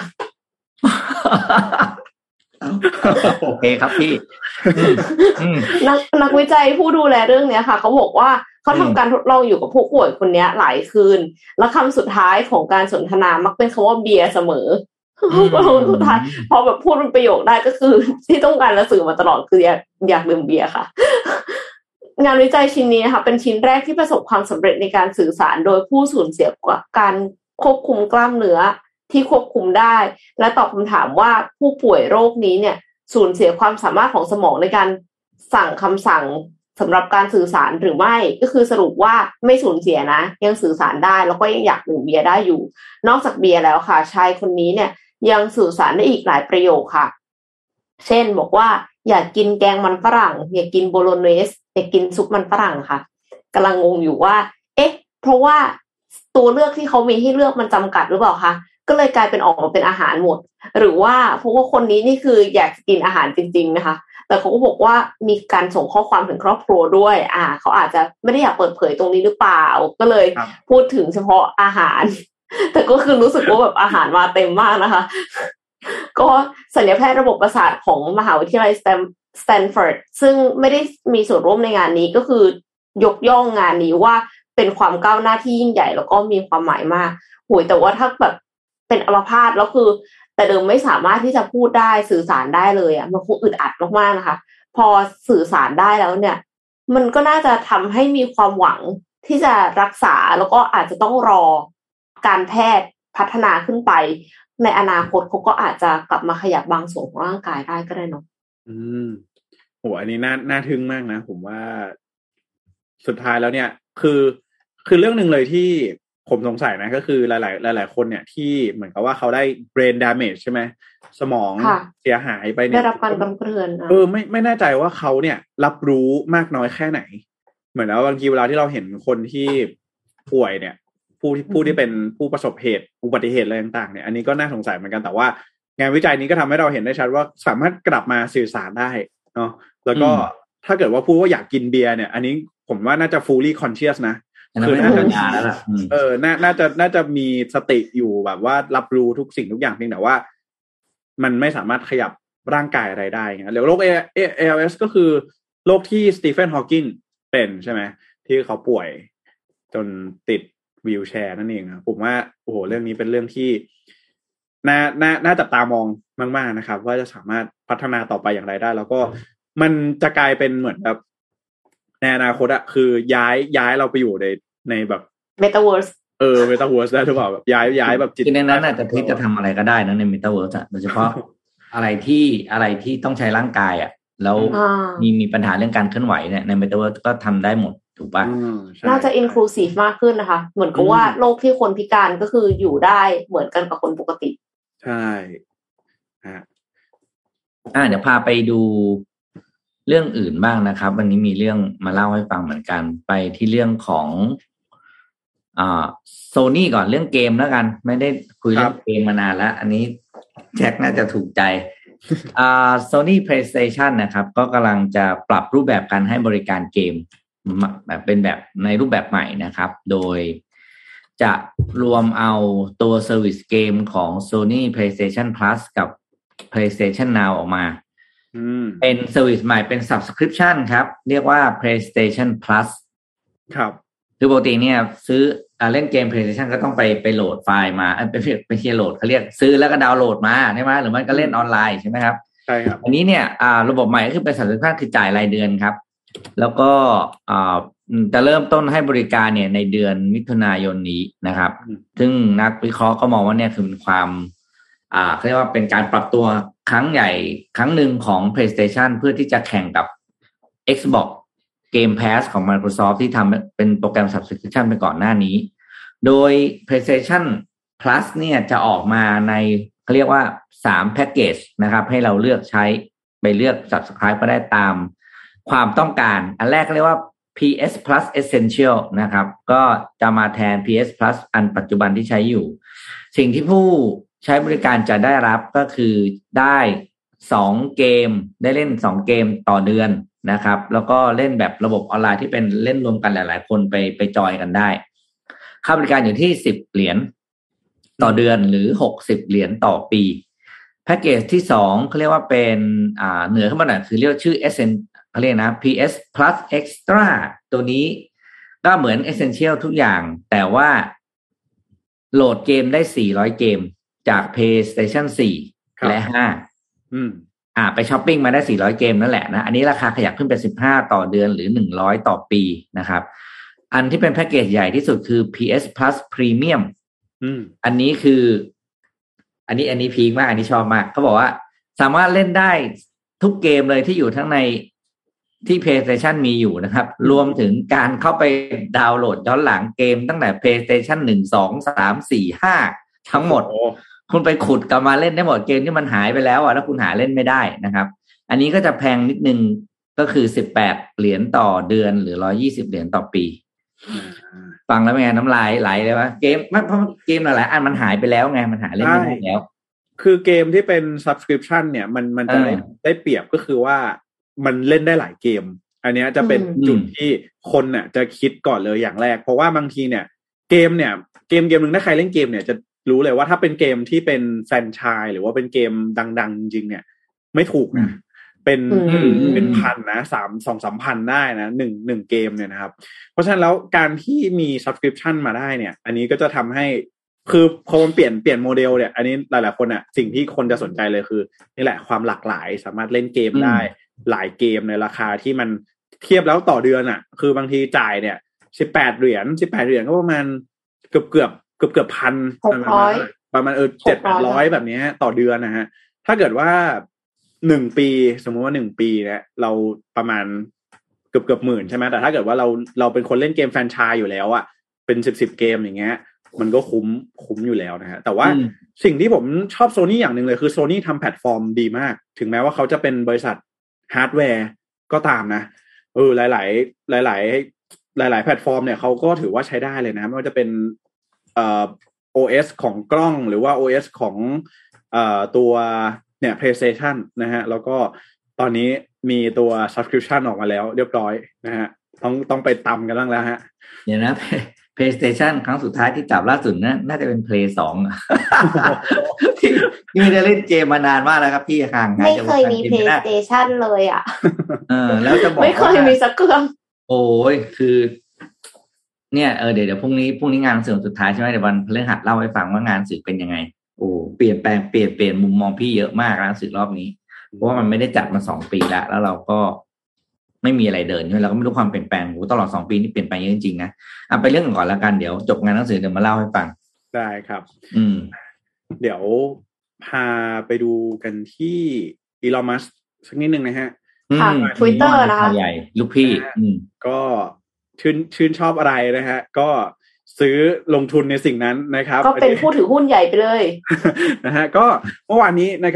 โอเคครับพี่นักนักวิจัยผู้ดูแลเรื่องนี้ค่ะเขาบอกว่าเขาทำการทดลองอยู่กับผู้ป่วยคนนี้หลายคืนแล้วคำสุดท้ายของการสนทนามักเป็นคำว่าเบียร์เสมอสุดท้ายพอแบบพูดเป็นประโยคได้ก็คือที่ต้องการจะสื่อมาตลอดคืออยากอยากดื่มเบียร์ค่ะงานวิจัยชิ้นนี้นะคะเป็นชิ้นแรกที่ประสบความสำเร็จในการสื่อสารโดยผู้สูญเสียการควบคุมกล้ามเนื้อที่ควบคุมได้และตอบคำถามว่าผู้ป่วยโรคนี้เนี่ยสูญเสียความสามารถของสมองในการสั่งคำสั่งสำหรับการสื่อสารหรือไม่ก็คือสรุปว่าไม่สูญเสียนะยังสื่อสารได้แล้วก็ยังอยากดื่มเบียร์ได้อยู่นอกจากเบียร์แล้วค่ะชายคนนี้เนี่ยยังสื่อสารได้อีกหลายประโยคค่ะเช่นบอกว่าอยากกินแกงมันฝรั่งอยากกินโบโลเนสอยากกินซุปมันฝรั่งค่ะกำลังงงอยู่ว่าเอ๊ะเพราะว่าตัวเลือกที่เขามีให้เลือกมันจำกัดหรือเปล่าคะก็เลยกลายเป็นออกมาเป็นอาหารหมดหรือว่าเพราะว่าคนนี้นี่คืออยากกินอาหารจริงๆนะคะแต่เขาก็บอกว่ามีการส่งข้อความถึงครอบครัวด้วยอ่าเขาอาจจะไม่ได้อยากเปิดเผยตรงนี้หรือเปล่าก็เลยพูดถึงเฉพาะอาหารแต่ก็คือรู้สึกว่าแบบอาหารมาเต็มมากนะคะก็ศัลยแพทย์ระบบประสาทของมหาวิทยาลัยสแตนฟอร์ดซึ่งไม่ได้มีส่วนร่วมในงานนี้ก็คือยกย่องงานนี้ว่าเป็นความก้าวหน้าที่ยิ่งใหญ่แล้วก็มีความหมายมากโหยแต่ว่าถ้าแบบเป็นอัมพาตแล้วคือแต่เดิมไม่สามารถที่จะพูดได้สื่อสารได้เลยอ่ะมันคงอึดอัดมากๆนะคะพอสื่อสารได้แล้วเนี่ยมันก็น่าจะทำให้มีความหวังที่จะรักษาแล้วก็อาจจะต้องรอการแพทย์พัฒนาขึ้นไปในอนาคตเขาก็อาจจะกลับมาขยับบางส่วนของร่างกายได้ก็ได้เนาะอืมโหอันนี้น่าน่าทึ่งมากนะผมว่าสุดท้ายแล้วเนี่ยคือคือเรื่องหนึ่งเลยที่ผมสงสัยนะก็คือหลายๆหลายๆคนเนี่ยที่เหมือนกับว่าเขาได้ brain damage ใช่ไหมสมองเสียหายไปเนี่ยได้รับการกำเริบเออไม่ไม่แน่ใจว่าเขาเนี่ยรับรู้มากน้อยแค่ไหนเหมือนแล้วบางทีเวลาที่เราเห็นคนที่ป่วยเนี่ยผู้ที่ผู้ที่เป็นผู้ประสบเหตุอุบัติเหตุอะไรต่างๆเนี่ยอันนี้ก็น่าสงสัยเหมือนกันแต่ว่างานวิจัยนี้ก็ทำให้เราเห็นได้ชัดว่าสามารถกลับมาสื่อสารได้เนาะแล้วก็ถ้าเกิดว่าพูดว่าอยากกินเบียร์เนี่ยอันนี้ผมว่าน่าจะ fully conscious นะคือน่าจะงานแล้วล่ะเออน่าน่าจะน่าจะมีสติอยู่แบบว่ารับรู้ทุกสิ่งทุกอย่างเพียงแต่ว่ามันไม่สามารถขยับร่างกายอะไรได้ไงแล้วโรค เอ แอล เอส ก็คือโรคที่สตีเฟนฮอว์กินเป็นใช่ไหมที่เขาป่วยจนติดวีลแชร์นั่นเองนะผมว่าโอ้โหเรื่องนี้เป็นเรื่องที่น่าน่าน่าจับตามองมากๆนะครับว่าจะสามารถพัฒนาต่อไปอย่างไรได้แล้วก็มันจะกลายเป็นเหมือนแบบในอนาคตอะคือย้ายย้ายเราไปอยู่ในในแบบเมตาเวิร์สเออเมตาเวิร์สได้หรือเปล่าแบบย้ายย้ายแบบจิตในนั้นอาจจะคิดจะทำอะไรก็ได้นะในเมตาเวิร์สอะโดยเฉพาะอะไรที่อะไรที่ต้องใช้ร่างกายอะแล้วมีมีปัญหาเรื่องการเคลื่อนไหวเนี่ยในเมตาเวิร์สก็ทำได้หมดถูกป่ะน่าจะอินคลูซีฟมากขึ้นนะคะเหมือนกับว่าโรคที่คนพิการก็คืออยู่ได้เหมือนกันกับคนปกติใช่ฮะอ่าเดี๋ยวพาไปดูเรื่องอื่นบ้างนะครับวันนี้มีเรื่องมาเล่าให้ฟังเหมือนกันไปที่เรื่องของอ่า Sony ก่อนเรื่องเกมแล้วกันไม่ได้คุยเรื่องเกมมานานแล้วอันนี้แจ็คน่าจะถูกใจอ่า Sony PlayStation นะครับก็กำลังจะปรับรูปแบบการให้บริการเกมแบบเป็นแบบในรูปแบบใหม่นะครับโดยจะรวมเอาตัว Service เกมของ Sony PlayStation Plus กับ PlayStation Now ออกมาเป็น Service ใหม่เป็น Subscription ครับเรียกว่า PlayStation Plus ครับคือปกติเนี่ยซื้อเล่นเกม PlayStation ก็ต้องไปไปโหลดไฟล์มาไปไปเชียร์โหลดเขาเรียกซื้อแล้วก็ดาวน์โหลดมาใช่ไหมหรือมันก็เล่นออนไลน์ใช่ไหมครับใช่ครับอันนี้เนี่ยระบบใหม่ก็คือเป็น Subscription คือจ่ายรายเดือนครับแล้วก็จะเริ่มต้นให้บริการเนี่ยในเดือนมิถุนายนนี้นะครับซึ่งนักวิเคราะห์ก็มองว่าเนี่ยคือเป็นความอ่าเรียกว่าเป็นการปรับตัวครั้งใหญ่ครั้งหนึ่งของ PlayStation เพื่อที่จะแข่งกับ Xbox Game Pass ของ Microsoft ที่ทำเป็นโปรแกรม Subscription ไปก่อนหน้านี้โดย PlayStation Plus เนี่ยจะออกมาในเขาเรียกว่าสามแพ็คเกจนะครับให้เราเลือกใช้ไปเลือก Subscribe ก็ได้ตามความต้องการอันแรกเรียกว่า พี เอส Plus Essential นะครับก็จะมาแทน พี เอส Plus อันปัจจุบันที่ใช้อยู่สิ่งที่ผู้ใช้บริการจะได้รับก็คือได้สองเกมได้เล่นสองเกมต่อเดือนนะครับแล้วก็เล่นแบบระบบออนไลน์ที่เป็นเล่นรวมกันหลายๆคนไปไปจอยกันได้ค่าบริการอยู่ที่สิบเหรียญต่อเดือนหรือหกสิบเหรียญต่อปีแพ็คเกจที่สองเขาเรียกว่าเป็นอ่าเหนือขึ้นมาหน่อยคือเรียกชื่อ Essential เขาเรียกนะ พี เอส Plus Extra ตัวนี้ก็เหมือน Essential ทุกอย่างแต่ว่าโหลดเกมได้สี่ร้อยเกมจาก PlayStation สี่และห้าอืมอ่าไปช้อปปิ้งมาได้สี่ร้อยเกมนั่นแหละนะอันนี้ราคาขยับขึ้นเป็นสิบห้าต่อเดือนหรือหนึ่งร้อยต่อปีนะครับอันที่เป็นแพ็คเกจใหญ่ที่สุดคือ พี เอส Plus Premium อืมอันนี้คืออันนี้อันนี้พีคมากอันนี้ชอบมากเขาบอกว่าสามารถเล่นได้ทุกเกมเลยที่อยู่ทั้งในที่ PlayStation มีอยู่นะครับรวมถึงการเข้าไปดาวน์โหลดย้อนหลังเกมตั้งแต่ PlayStation หนึ่ง สอง สาม สี่ ห้าทั้งหมดคุณไปขุดกลับมาเล่นได้หมดเกมที่มันหายไปแล้วอ่ะแล้วคุณหาเล่นไม่ได้นะครับอันนี้ก็จะแพงนิดนึงก็คือสิบแปดเหรียญต่อเดือนหรือหนึ่งร้อยยี่สิบเหรียญต่อปีฟังแล้วเป็นไงน้ำลายไหลเลยวะเกมเพราะเกมหลายๆอันมันหายไปแล้วไงมันหาเล่นไม่ได้แล้วคือเกมที่เป็น subscription เนี่ยมันมันจะได้ได้เปรียบก็คือว่ามันเล่นได้หลายเกมอันนี้จะเป็นจุดที่คนเนี่ยจะคิดก่อนเลยอย่างแรกเพราะว่าบางทีเนี่ยเกมเนี่ยเกมเกมนึงถ้าใครเล่นเกมเนี่ยจะรู้เลยว่าถ้าเป็นเกมที่เป็นแฟรนไชส์หรือว่าเป็นเกมดังๆจริงๆเนี่ยไม่ถูกนะเป็นเป็นพันนะสามสองสามพันได้นะหนึ่งหนึ่งเกมเนี่ยนะครับเพราะฉะนั้นแล้วการที่มี subscription มาได้เนี่ยอันนี้ก็จะทำให้คือพอมันเปลี่ยนเปลี่ยนโมเดลเนี่ยอันนี้หลายๆคนอ่ะสิ่งที่คนจะสนใจเลยคือนี่แหละความหลากหลายสามารถเล่นเกมได้หลายเกมในราคาที่มันเทียบแล้วต่อเดือนอ่ะคือบางทีจ่ายเนี่ยสิบแปดเหรียญสิบแปดเหรียญก็ประมาณเกือบเกือบเกือบเกือบพันประมาณเออเจ็ดแปดร้อยแบบนี้ต่อเดือนนะฮะถ้าเกิดว่าหนึ่งปีสมมติว่าหนึ่งปีเนี่ยเราประมาณเกือบเกือบหมื่นใช่ไหมแต่ถ้าเกิดว่าเราเราเป็นคนเล่นเกมแฟรนไชส์อยู่แล้วอ่ะเป็นสิบสิบเกมอย่างเงี้ยมันก็คุ้มคุ้มอยู่แล้วนะฮะแต่ว่าสิ่งที่ผมชอบ Sony อย่างหนึ่งเลยคือ Sony ทำแพลตฟอร์มดีมากถึงแม้ว่าเขาจะเป็นบริษัทฮาร์ดแวร์ก็ตามนะเออหลายๆหลายๆหลายๆแพลตฟอร์มเนี่ยเขาก็ถือว่าใช้ได้เลยนะไม่ว่าจะเป็นเอ่อ โอ เอส ของกล้องหรือว่า โอ เอส ของเอ่อตัวเนี่ย PlayStation นะฮะแล้วก็ตอนนี้มีตัว Subscription ออกมาแล้วเรียบร้อยนะฮะต้องต้องไปตำกันบ้างแล้วฮะเดี๋ยวนะ PlayStation ครั้งสุดท้ายที่จับล่าสุดนะน่าจะเป็น Play สอง ที่ไม่ได้เล่นเกมมานานมากแล้วครับพี่ห่างหายไม่เคยมี PlayStation เลยอ่ะเออแล้วจะบอกไม่เคยมีสักเครื่องโอ้ยคือเนี่ยเออเดี๋ยวเดี๋ยวพรุ่งนี้พรุ่งนี้งานหนังสือสุดท้ายใช่ไหมเดี๋ยววันพฤหัสเล่าให้ฟังว่างานหนังสือเป็นยังไงโอ้เปลี่ยนแปลงเปลี่ยนเปลี่ยนมุมมองพี่เยอะมากหนังสือรอบนี้เพราะว่ามันไม่ได้จัดมาสองปีแล้วแล้วเราก็ไม่มีอะไรเดินใช่ไหมเราก็ไม่รู้ความเปลี่ยนแปลงตลอดสองปีนี้เปลี่ยนไปเยอะจริงๆนะอ่ะไปเรื่องก่อนละกันเดี๋ยวจบงานหนังสือเดี๋ยวมาเล่าให้ฟังได้ครับอืมเดี๋ยวพาไปดูกันที่อีลอน มัสก์สักนิดนึงนะฮะค่ะ Twitter นะคะใหญ่ลูกพี่อืมก็ชื่นชื่นชอบอะไรนะฮะก็ซื้อลงทุนในสิ่งนั้นนะครับก็เป็นผู้ถือหุ้นใหญ่ไปเลยนะฮะก็เมื่อวานนี้นะครับ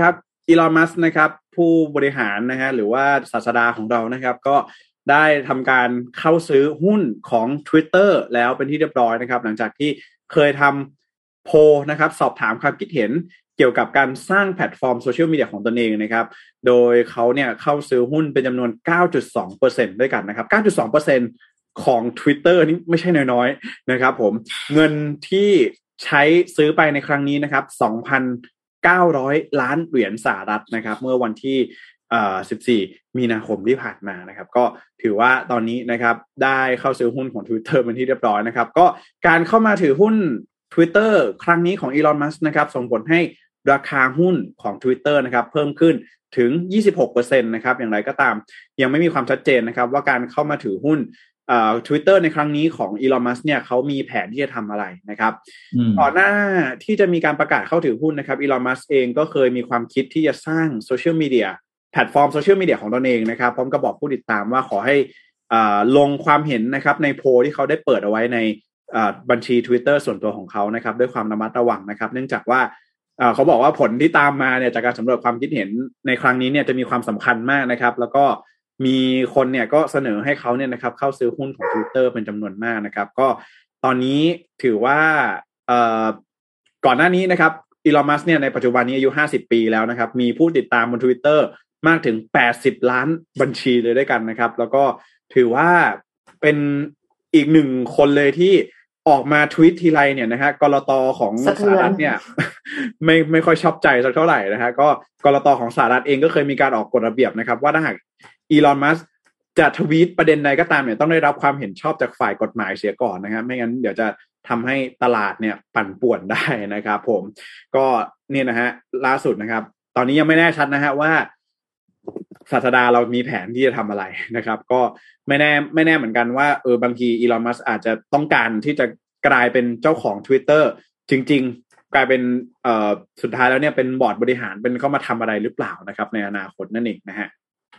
อีลอนมัสก์นะครับผู้บริหารนะฮะหรือว่าศาสดาของเรานะครับก็ได้ทำการเข้าซื้อหุ้นของ Twitter แล้วเป็นที่เรียบร้อยนะครับหลังจากที่เคยทำโพลนะครับสอบถามความคิดเห็นเกี่ยวกับการสร้างแพลตฟอร์มโซเชียลมีเดียของตนเองนะครับโดยเขาเนี่ยเข้าซื้อหุ้นเป็นจำนวน เก้าจุดสองเปอร์เซ็นต์ ด้วยกันนะครับ เก้าจุดสองเปอร์เซ็นต์ ของ Twitter นี่ไม่ใช่น้อยๆนะครับผมเงินที่ใช้ซื้อไปในครั้งนี้นะครับ สองพันเก้าร้อย ล้านเหรียญสหรัฐนะครับเมื่อวันที่เอ่อสิบสี่มีนาคมที่ผ่านมานะครับก็ถือว่าตอนนี้นะครับได้เข้าซื้อหุ้นของ Twitter เป็นที่เรียบร้อยนะครับก็การเข้ามาถือหุ้น Twitter ครั้งนี้ของ Elon Musk นะครับส่งผลให้ราคาหุ้นของ Twitter นะครับเพิ่มขึ้นถึง ยี่สิบหกเปอร์เซ็นต์ นะครับอย่างไรก็ตามยังไม่มีความชัดเจนนะครับว่าการเข้ามาถือหุ้นเอ่อ Twitter ในครั้งนี้ของ Elon Musk เนี่ยเขามีแผนที่จะทำอะไรนะครับก่อนหน้าที่จะมีการประกาศเข้าถือหุ้นนะครับ Elon Musk เองก็เคยมีความคิดที่จะสร้างโซเชียลมีเดียแพลตฟอร์มโซเชียลมีเดียของตนเองนะครับพร้อมกับบอกผู้ติดตามว่าขอให้อ่าลงความเห็นนะครับในโพลที่เขาได้เปิดเอาไว้ในอ่าบัญชี Twitter ส่วนตัวของเขานะครับด้วยความระมัดระวังนะครับเนื่องจากว่าอ่าเขาบอกว่าผลที่ตามมาเนี่ยจากการสำรวจความคิดเห็นในครั้งนี้เนี่ยจะมีความสำคัญมากนะครับแล้วก็มีคนเนี่ยก็เสนอให้เขาเนี่ยนะครับเข้าซื้อหุ้นของ Twitter เป็นจำนวนมากนะครับก็ตอนนี้ถือว่าเอ่อก่อนหน้านี้นะครับอีลอน มัสก์เนี่ยในปัจจุบันนี้อายุห้าสิบปีแล้วนะครับมีผู้ติดตามบน Twitter มากถึงแปดสิบล้านบัญชีเลยด้วยกันนะครับแล้วก็ถือว่าเป็นอีกหนึ่งคนเลยที่ออกมาทวีตทีไรเนี่ยนะฮะกลต.ของสหรัฐเนี่ยไม่ไม่ค่อยชอบใจสักเท่าไหร่นะฮะก็กลต.ของสหรัฐเองก็เคยมีการออกกฎระเบียบนะครับว่าถ้าหากอีลอน มัสก์จะทวีตประเด็นใดก็ตามเนี่ยต้องได้รับความเห็นชอบจากฝ่ายกฎหมายเสียก่อนนะครับไม่งั้นเดี๋ยวจะทำให้ตลาดเนี่ยปั่นป่วนได้นะครับผมก็เนี่ยนะฮะล่าสุดนะครับตอนนี้ยังไม่แน่ชัดนะฮะว่าศาสดาเรามีแผนที่จะทำอะไรนะครับก็ไม่แน่ไม่แน่เหมือนกันว่าเออบางทีอีลอน มัสก์อาจจะต้องการที่จะกลายเป็นเจ้าของ Twitter จริงๆกลายเป็นเอ่อสุดท้ายแล้วเนี่ยเป็นบอร์ดบริหารเป็นเข้ามาทำอะไรหรือเปล่านะครับในอนาคตนั่นเองนะฮะ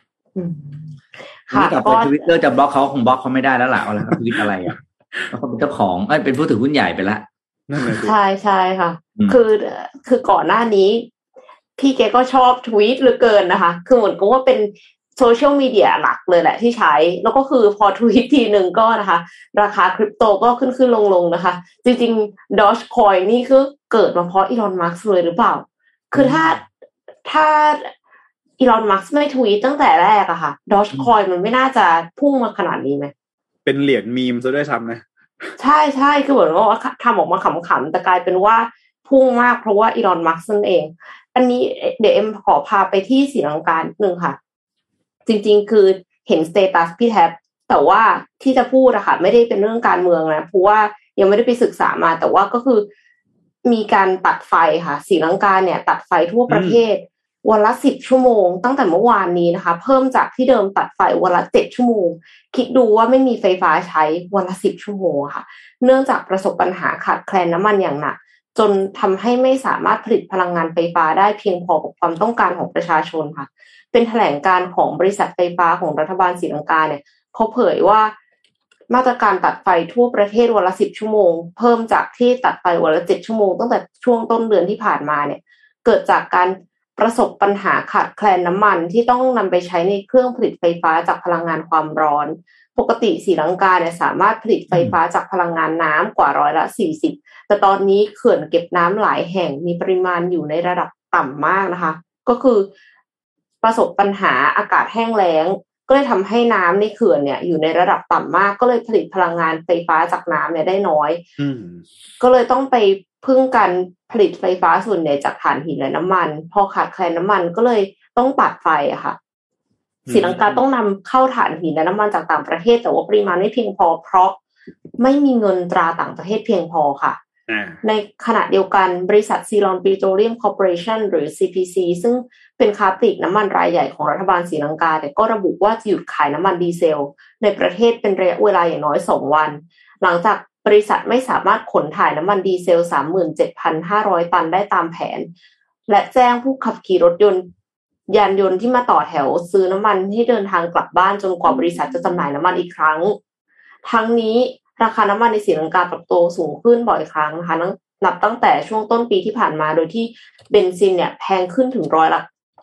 ค่ะต่อไป Twitter จะบล็อกเขาคงบล็อกเขาไม่ได้แล้วล่ะเอาละครับทวิตอะไรอ่ะเขาเป็นเจ้าของเอ้ยเป็นผู้ถือหุ้นใหญ่ไปละใช่ใช่ค่ะคือคือก่อนหน้านี้พี่แกก็ชอบทวีตเหลือเกินนะคะคือเหมือนกับว่าเป็นโซเชียลมีเดียหลักเลยแหละที่ใช้แล้วก็คือพอทวีตทีนึงก็นะคะราคาคริปโตก็ขึ้นขึ้นลงลงนะคะจริงๆ Dogecoin นี่คือเกิดมาเพราะอีลอน มัสก์เลยหรือเปล่าคือถ้าถ้าอีลอน มัสก์ไม่ทวีตตั้งแต่แรกอะค่ะ Dogecoin มันไม่น่าจะพุ่งมาขนาดนี้ไหมเป็นเหรียญมีมซะด้วยซ้ำนะใช่ใช่คือเหมือนว่าทำออกมาขำๆแต่กลายเป็นว่าพุ่งมากเพราะว่าอีลอน มัสก์นั่นเองอันนี้เดี๋ยวเอ็มขอพาไปที่ศรีลังกาหนึ่งค่ะจริงๆคือเห็นสเตตัสพี่แท็บแต่ว่าที่จะพูดอะค่ะไม่ได้เป็นเรื่องการเมืองนะเพราะว่ายังไม่ได้ไปศึกษามาแต่ว่าก็คือมีการตัดไฟค่ะศรีลังกาเนี่ยตัดไฟทั่วประเทศวันละสิบชั่วโมงตั้งแต่เมื่อวานนี้นะคะเพิ่มจากที่เดิมตัดไฟวันละเจ็ดชั่วโมงคิดดูว่าไม่มีไฟฟ้าใช้วันละสิบชั่วโมงค่ะเนื่องจากประสบปัญหาขาดแคลนน้ำมันอย่างหนักจนทำให้ไม่สามารถผลิตพลังงานไฟฟ้าได้เพียงพอกับความต้องการของประชาชนค่ะเป็นแถลงการของบริษัทไฟฟ้าของรัฐบาลศรีลังกาเนี่ยเขาเผยว่ามาตรการตัดไฟทั่วประเทศวันละสิบชั่วโมงเพิ่มจากที่ตัดไฟวันละเจ็ดชั่วโมงตั้งแต่ช่วงต้นเดือนที่ผ่านมาเนี่ยเกิดจากการประสบปัญหาขาดแคลนน้ำมันที่ต้องนำไปใช้ในเครื่องผลิตไฟฟ้าจากพลังงานความร้อนปกติศรีลังกาเนี่ยสามารถผลิตไฟฟ้าจากพลังงานน้ำกว่าร้อยละสี่สิบแต่ตอนนี้เขื่อนเก็บน้ำหลายแห่งมีปริมาณอยู่ในระดับต่ำมากนะคะก็คือประสบปัญหาอากาศแห้งแล้งก็เลยทำให้น้ำในเขื่อนเนี่ยอยู่ในระดับต่ำมากก็เลยผลิตพลังงานไฟฟ้าจากน้ำเนี่ยได้น้อยก็เลยต้องไปพึ่งการผลิตไฟฟ้าส่วนใหญ่จากถ่านหินและน้ำมันพอขาดแคลนน้ำมันก็เลยต้องตัดไฟอะค่ะศรีลังกาต้องนำเข้าถ่านหินและน้ำมันจากต่างประเทศแต่ว่าปริมาณไม่เพียงพอเพราะไม่มีเงินตราต่างประเทศเพียงพอค่ะในขณะเดียวกันบริษัท Ceylon Petroleum Corporation หรือ ซี พี ซี ซึ่งเป็นค้าปลีกน้ำมันรายใหญ่ของรัฐบาลศรีลังกาแต่ก็ระบุว่าจะหยุดขายน้ำมันดีเซลในประเทศเป็นระยะเวลาอย่างน้อยสองวันหลังจากบริษัทไม่สามารถขนถ่ายน้ำมันดีเซล สามหมื่นเจ็ดพันห้าร้อย ตันได้ตามแผนและแจ้งผู้ขับขี่รถยนต์ยานยนต์ที่มาต่อแถวซื้อน้ำมันให้เดินทางกลับบ้านจนกว่าบริษัทจะจำหน่ายน้ำมันอีกครั้งทั้งนี้ราคาน้ำมันในศรีลังกาปรับตัวสูงขึ้นบ่อยครั้งนะคะนับตั้งแต่ช่วงต้นปีที่ผ่านมาโดยที่เบนซินเนี่ยแพงขึ้นถึงร้อยละ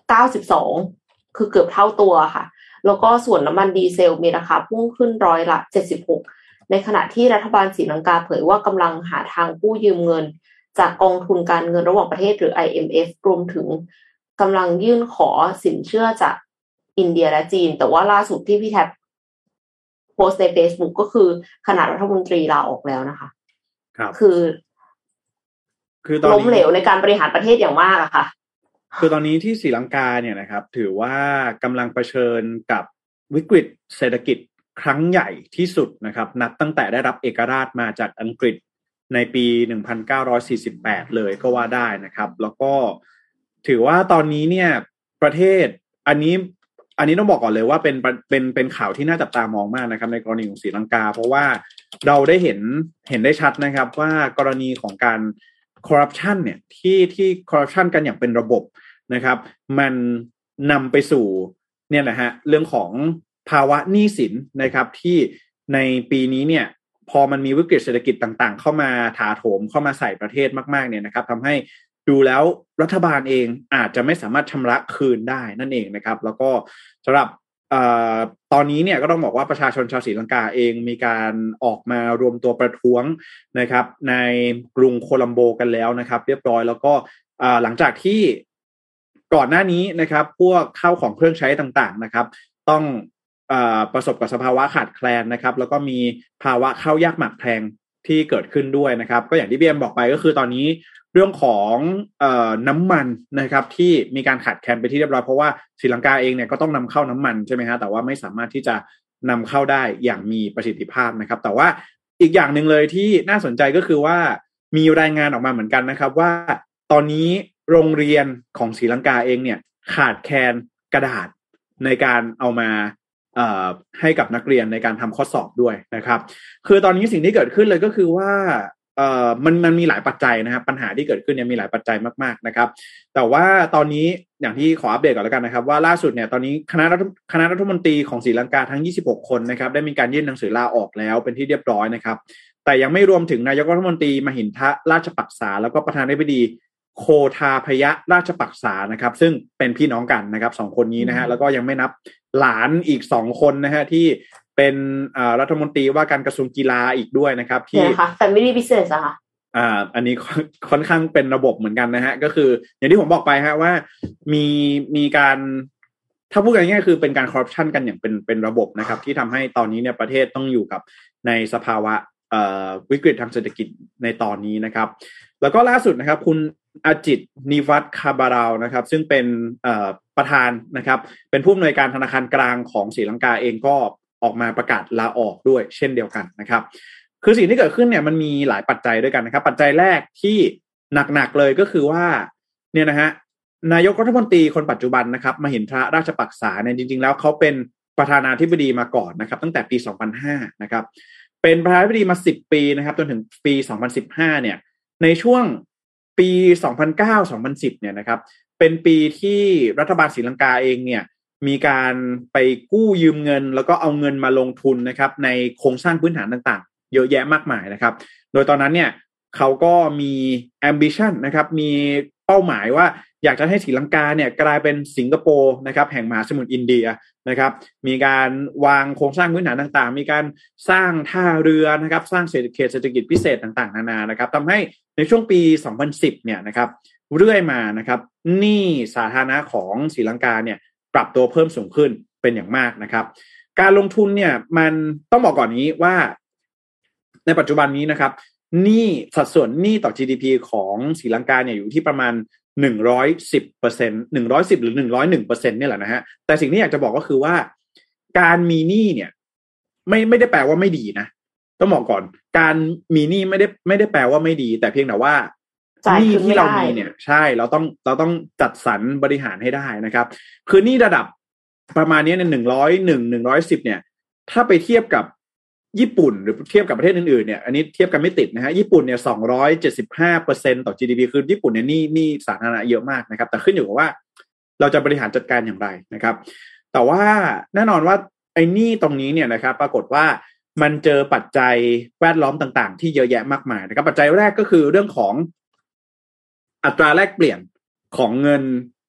เก้าสิบสองคือเกือบเท่าตัวค่ะแล้วก็ส่วนน้ำมันดีเซลมีราคาพุ่งขึ้นร้อยละเจ็ดสิบหกในขณะที่รัฐบาลศรีลังกาเผยว่ากำลังหาทางกู้ยืมเงินจากกองทุนการเงินระหว่างประเทศหรือ ไอ เอ็ม เอฟ รวมถึงกำลังยื่นขอสินเชื่อจากอินเดียและจีนแต่ว่าล่าสุดที่พี่แท็บโพสต์ใน Facebook ก็คือคณะรัฐมนตรีลาออกแล้วนะคะครับคือคือล้มเหลวในการบริหารประเทศอย่างมากอะค่ะคือตอนนี้ที่ศรีลังกาเนี่ยนะครับถือว่ากำลังเผชิญกับวิกฤตเศรษฐกิจครั้งใหญ่ที่สุดนะครับนับตั้งแต่ได้รับเอกราชมาจากอังกฤษในปีหนึ่งพันเก้าร้อยสี่สิบแปดเลยก็ว่าได้นะครับแล้วก็ถือว่าตอนนี้เนี่ยประเทศอันนี้อันนี้ต้องบอกก่อนเลยว่าเป็นเป็นเป็นข่าวที่น่าจับตามองมากนะครับในกรณีของศรีลังกาเพราะว่าเราได้เห็นเห็นได้ชัดนะครับว่ากรณีของการคอร์รัปชันเนี่ยที่ที่คอร์รัปชันกันอย่างเป็นระบบนะครับมันนำไปสู่เนี่ยนะฮะเรื่องของภาวะหนี้สินนะครับที่ในปีนี้เนี่ยพอมันมีวิกฤตเศรษฐกิจต่างๆเข้ามาถาโถมเข้ามาใส่ประเทศมากๆเนี่ยนะครับทำให้ดูแล้วรัฐบาลเองอาจจะไม่สามารถชำระคืนได้นั่นเองนะครับแล้วก็สำหรับเอ่อตอนนี้เนี่ยก็ต้องบอกว่าประชาชนชาวศรีลังกาเองมีการออกมารวมตัวประท้วงนะครับในกรุงโคลัมโบกันแล้วนะครับเรียบร้อยแล้วก็หลังจากที่ก่อนหน้านี้นะครับพวกข้าวของเครื่องใช้ต่างๆนะครับต้องเอ่อประสบกับสภาวะขาดแคลนนะครับแล้วก็มีภาวะข้าวยากหมากแพงที่เกิดขึ้นด้วยนะครับก็อย่างที่พี่เอ็มบอกไปก็คือตอนนี้เรื่องของเอ่อน้ำมันนะครับที่มีการขาดแคลนไปที่เรียบร้อยเพราะว่าศรีลังกาเองเนี่ยก็ต้องนำเข้าน้ำมันใช่ไหมฮะแต่ว่าไม่สามารถที่จะนำเข้าได้อย่างมีประสิทธิภาพนะครับแต่ว่าอีกอย่างหนึ่งเลยที่น่าสนใจก็คือว่ามีรายงานออกมาเหมือนกันนะครับว่าตอนนี้โรงเรียนของศรีลังกาเองเนี่ยขาดแคลนกระดาษในการเอามาเอ่อให้กับนักเรียนในการทำข้อสอบด้วยนะครับคือตอนนี้สิ่งที่เกิดขึ้นเลยก็คือว่าเอ่อมันมันมีหลายปัจจัยนะครับปัญหาที่เกิดขึ้นเนี่ยมีหลายปัจจัยมากๆนะครับแต่ว่าตอนนี้อย่างที่ขออัปเดตก่อนแล้วกันนะครับว่าล่าสุดเนี่ยตอนนี้คณะรัฐคณะรัฐมนตรีของศรีลังกาทั้งยี่สิบหกคนนะครับได้มีการยื่นหนังสือลาออกแล้วเป็นที่เรียบร้อยนะครับแต่ยังไม่รวมถึงนายกรัฐมนตรีมหินทะราชปักษาแล้วก็ประธานาธิบดีโคทาพยะราชปักษานะครับซึ่งเป็นพี่น้องกันนะครับสองคนนี้นะฮะแล้วก็ยังไม่นับหลานอีกสองคนนะฮะที่เป็นรัฐมนตรีว่าการกระทรวงกีฬาอีกด้วยนะครับที่ค่ะ Family Business อะค่ะอ่าอันนี้ค่อนข้างเป็นระบบเหมือนกันนะฮะก็คืออย่างที่ผมบอกไปฮะว่ามีมีการถ้าพูดง่ายๆคือเป็นการคอร์รัปชันกันอย่างเป็นเป็นระบบนะครับที่ทำให้ตอนนี้เนี่ยประเทศต้องอยู่กับในสภาวะเอ่อวิกฤตทางเศรษฐกิจในตอนนี้นะครับแล้วก็ล่าสุดนะครับคุณอาจิตนิวัฒน์คาบาราวนะครับซึ่งเป็นเอ่อประธานนะครับเป็นผู้อำนวยการธนาคารกลางของศรีลังกาเองก็ออกมาประกาศลาออกด้วยเช่นเดียวกันนะครับคือสิ่งที่เกิดขึ้นเนี่ยมันมีหลายปัจจัยด้วยกันนะครับปัจจัยแรกที่หนักๆเลยก็คือว่าเนี่ยนะฮะนายกรัฐมนตรีคนปัจจุบันนะครับมหินทราราชปักษาเนี่ยจริงๆแล้วเขาเป็นประธานาธิบดีมาก่อนนะครับตั้งแต่ปีสองพันห้านะครับเป็นประธานาธิบดีมาสิบปีนะครับจนถึงปีสองพันสิบห้าเนี่ยในช่วงปีสองพันเก้า สองพันสิบเนี่ยนะครับเป็นปีที่รัฐบาลศรีลังกาเองเนี่ยมีการไปกู้ยืมเงินแล้วก็เอาเงินมาลงทุนนะครับในโครงสร้างพื้นฐานต่างๆเยอะแยะมากมายนะครับโดยตอนนั้นเนี่ยเขาก็มี ambition นะครับมีเป้าหมายว่าอยากจะให้ศรีลังกาเนี่ยกลายเป็นสิงคโปร์นะครับแห่งมหาสมุทรอินเดียนะครับมีการวางโครงสร้างพื้นฐานต่างๆมีการสร้างท่าเรือนะครับสร้างเศรษฐกิจเศรษฐกิจพิเศษต่างๆนานานะครับทำให้ในช่วงปีสองพันสิบเนี่ยนะครับเรื่อยมานะครับหนี้สาธารณะของศรีลังกาเนี่ยปรับตัวเพิ่มสูงขึ้นเป็นอย่างมากนะครับการลงทุนเนี่ยมันต้องบอกก่อนนี้ว่าในปัจจุบันนี้นะครับหนี้สัดส่วนหนี้ต่อ จี ดี พี ของศรีลังกาเนี่ยอยู่ที่ประมาณ หนึ่งร้อยสิบเปอร์เซ็นต์ หนึ่งร้อยสิบ หรือ หนึ่งร้อยเอ็ดเปอร์เซ็นต์ เนี่ยแหละนะฮะแต่สิ่งที่อยากจะบอกก็คือว่าการมีหนี้เนี่ยไม่ไม่ได้แปลว่าไม่ดีนะต้องบอกก่อนการมีหนี้ไม่ได้ไม่ได้แปลว่าไม่ดีแต่เพียงแต่ว่าหนี้ที่เรามีเนี่ยใช่เราต้องเราต้องจัดสรรบริหารให้ได้นะครับคือหนี้ระดับประมาณนี้ในหนึ่งร้อยเอ็ด หนึ่งร้อยสิบเนี่ยถ้าไปเทียบกับญี่ปุ่นหรือเทียบกับประเทศอื่นๆเนี่ยอันนี้เทียบกันไม่ติดนะฮะญี่ปุ่นเนี่ย สองร้อยเจ็ดสิบห้าเปอร์เซ็นต์ ต่อ จี ดี พี คือญี่ปุ่นเนี่ยหนี้หนี้สาธารณะเยอะมากนะครับแต่ขึ้นอยู่กับว่าเราจะบริหารจัดการอย่างไรนะครับแต่ว่าแน่นอนว่าไอ้หนี้ตรงนี้เนี่ยนะครับปรากฏว่ามันเจอปัจจัยแวดล้อมต่างๆที่เยอะแยะมากมายนะครับปัจจัยแรกก็คือเรื่องของอัตราแลกเปลี่ยนของเงิน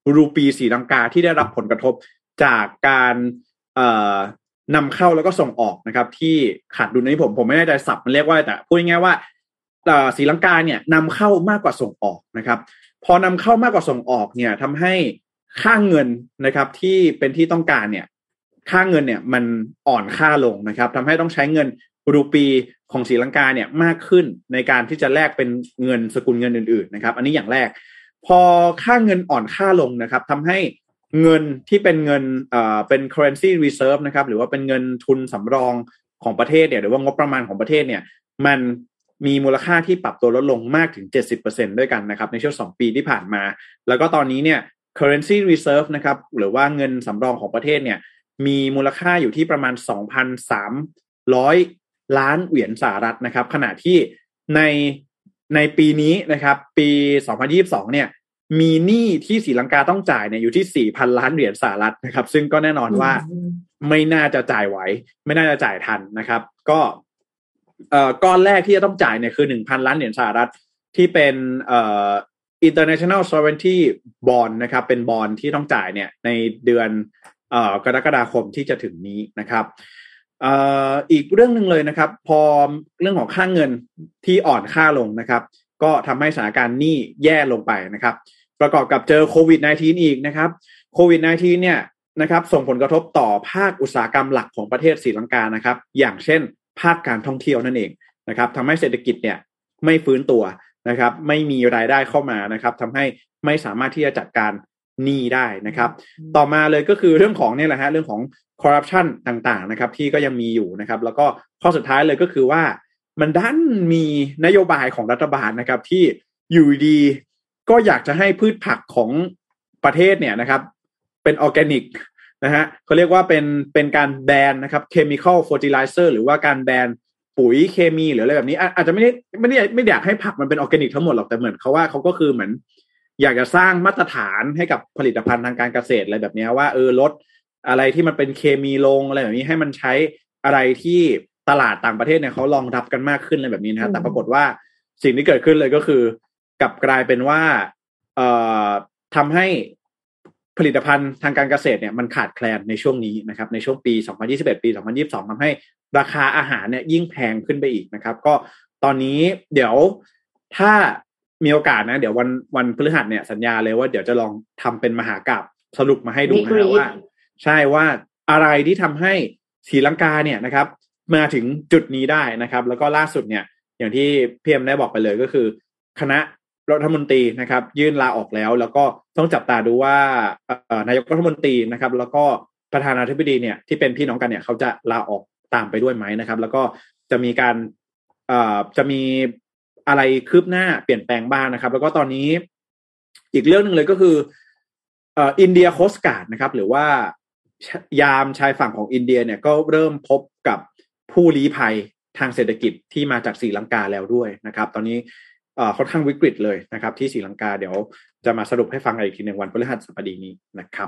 รูปีศรีลังกาที่ได้รับผลกระทบจากการเอ่อนำเข้าแล้วก็ส่งออกนะครับที่ขาดดุลนี้ผมผมไม่แน่ใจศัพท์มันเรียกว่าแต่พูดง่ายๆว่าศรีลังกาเนี่ยนำเข้ามากกว่าส่งออกนะครับพอนำเข้ามากกว่าส่งออกเนี่ยทำให้ค่าเงินนะครับที่เป็นที่ต้องการเนี่ยค่าเงินเนี่ยมันอ่อนค่าลงนะครับทำให้ต้องใช้เงินรูปีของศรีลังกาเนี่ยมากขึ้นในการที่จะแลกเป็นเงินสกุลเงินอื่นๆนะครับอันนี้อย่างแรกพอค่าเงินอ่อนค่าลงนะครับทำให้เงินที่เป็นเงินเอ่อเป็น currency reserve นะครับหรือว่าเป็นเงินทุนสำรองของประเทศเนี่ยหรือว่างบประมาณของประเทศเนี่ยมันมีมูลค่าที่ปรับตัวลดลงมากถึง เจ็ดสิบเปอร์เซ็นต์ ด้วยกันนะครับในช่วงสองปีที่ผ่านมาแล้วก็ตอนนี้เนี่ย currency reserve นะครับหรือว่าเงินสำรองของประเทศเนี่ยมีมูลค่าอยู่ที่ประมาณ สองพันสามร้อย ล้านเหรียญสหรัฐนะครับขณะที่ในในปีนี้นะครับปีสองพันยี่สิบสองเนี่ยมีหนี้ที่ศรีลังกาต้องจ่ายเนี่ยอยู่ที่ สี่พัน ล้านเหรียญสหรัฐนะครับซึ่งก็แน่นอนว่าไม่น่าจะจ่ายไหวไม่น่าจะจ่ายทันนะครับก็เอ่อก้อนแรกที่จะต้องจ่ายเนี่ยคือ หนึ่งพัน ล้านเหรียญสหรัฐที่เป็นเอ่อ International Sovereignty Bond นะครับเป็นบอนด์ที่ต้องจ่ายเนี่ยในเดือนเอ่อกรกฎาคมที่จะถึงนี้นะครับเอ่ออีกเรื่องนึงเลยนะครับพอเรื่องของค่าเงินที่อ่อนค่าลงนะครับก็ทำให้สถานการณ์หนี้แย่ลงไปนะครับประกอบกับเจอโควิด สิบเก้า อีกนะครับโควิด สิบเก้า เนี่ยนะครับส่งผลกระทบต่อภาคอุตสาหกรรมหลักของประเทศศรีลังกานะครับอย่างเช่นภาคการท่องเที่ยวนั่นเองนะครับทำให้เศรษฐกิจเนี่ยไม่ฟื้นตัวนะครับไม่มีรายได้เข้ามานะครับทำให้ไม่สามารถที่จะจัดการหนี้ได้นะครับต่อมาเลยก็คือเรื่องของเนี่ยแหละฮะเรื่องของคอร์รัปชันต่างๆนะครับที่ก็ยังมีอยู่นะครับแล้วก็ข้อสุดท้ายเลยก็คือว่ามันดันมีนโยบายของรัฐบาลนะครับที่อยู่ดีก็อยากจะให้พืชผักของประเทศเนี่ยนะครับเป็นออร์แกนิกนะฮะเขาเรียกว่าเป็นเป็นการแบนนะครับเคมีคอลเฟอร์ติไลเซอร์หรือว่าการแบนปุ๋ยเคมีหรืออะไรแบบนี้อาจจะไม่ได้ไม่ได้ไม่อยากให้ผักมันเป็นออร์แกนิกทั้งหมดหรอกแต่เหมือนเขาว่าเขาก็คือเหมือนอยากจะสร้างมาตรฐานให้กับผลิตภัณฑ์ทางการเกษตรอะไรแบบนี้ว่าเออลดอะไรที่มันเป็นเคมีลงอะไรแบบนี้ให้มันใช้อะไรที่ตลาดต่างประเทศเนี่ยเขารองรับกันมากขึ้นอะไรแบบนี้นะครับแต่ปรากฏว่าสิ่งที่เกิดขึ้นเลยก็คือกลับกลายเป็นว่าเอ่อทำให้ผลิตภัณฑ์ทางการเกษตรเนี่ยมันขาดแคลนในช่วงนี้นะครับในช่วงปีสองพันยี่สิบเอ็ดปีสองพันยี่สิบสองทำให้ราคาอาหารเนี่ยยิ่งแพงขึ้นไปอีกนะครับก็ตอนนี้เดี๋ยวถ้ามีโอกาสนะเดี๋ยววันวันพฤหัสเนี่ยสัญญาเลยว่าเดี๋ยวจะลองทำเป็นมหากาพย์สรุปมาให้ดูนะว่าใช่ว่าอะไรที่ทำให้ศรีลังกาเนี่ยนะครับมาถึงจุดนี้ได้นะครับแล้วก็ล่าสุดเนี่ยอย่างที่พี่เอ็มได้บอกไปเลยก็คือคณะรัฐมนตรีนะครับยื่นลาออกแล้วแล้วก็ต้องจับตาดูว่านายกรัฐมนตรีนะครับแล้วก็ประธานาธิบดีเนี่ยที่เป็นพี่น้องกันเนี่ยเขาจะลาออกตามไปด้วยไหมนะครับแล้วก็จะมีการเอ่อจะมีอะไรคืบหน้าเปลี่ยนแปลงบ้างนะครับแล้วก็ตอนนี้อีกเรื่องนึงเลยก็คือเอ่ออินเดียโคสต์การ์ดนะครับหรือว่ายามชายฝั่งของอินเดียเนี่ยก็เริ่มพบกับผู้ลี้ภัยทางเศรษฐกิจที่มาจากศรีลังกาแล้วด้วยนะครับตอนนี้เอ่อค่อนข้างวิกฤตเลยนะครับที่ศรีลังกาเดี๋ยวจะมาสรุปให้ฟังอีกทีในวันพฤหัสบดีนี้นะครับ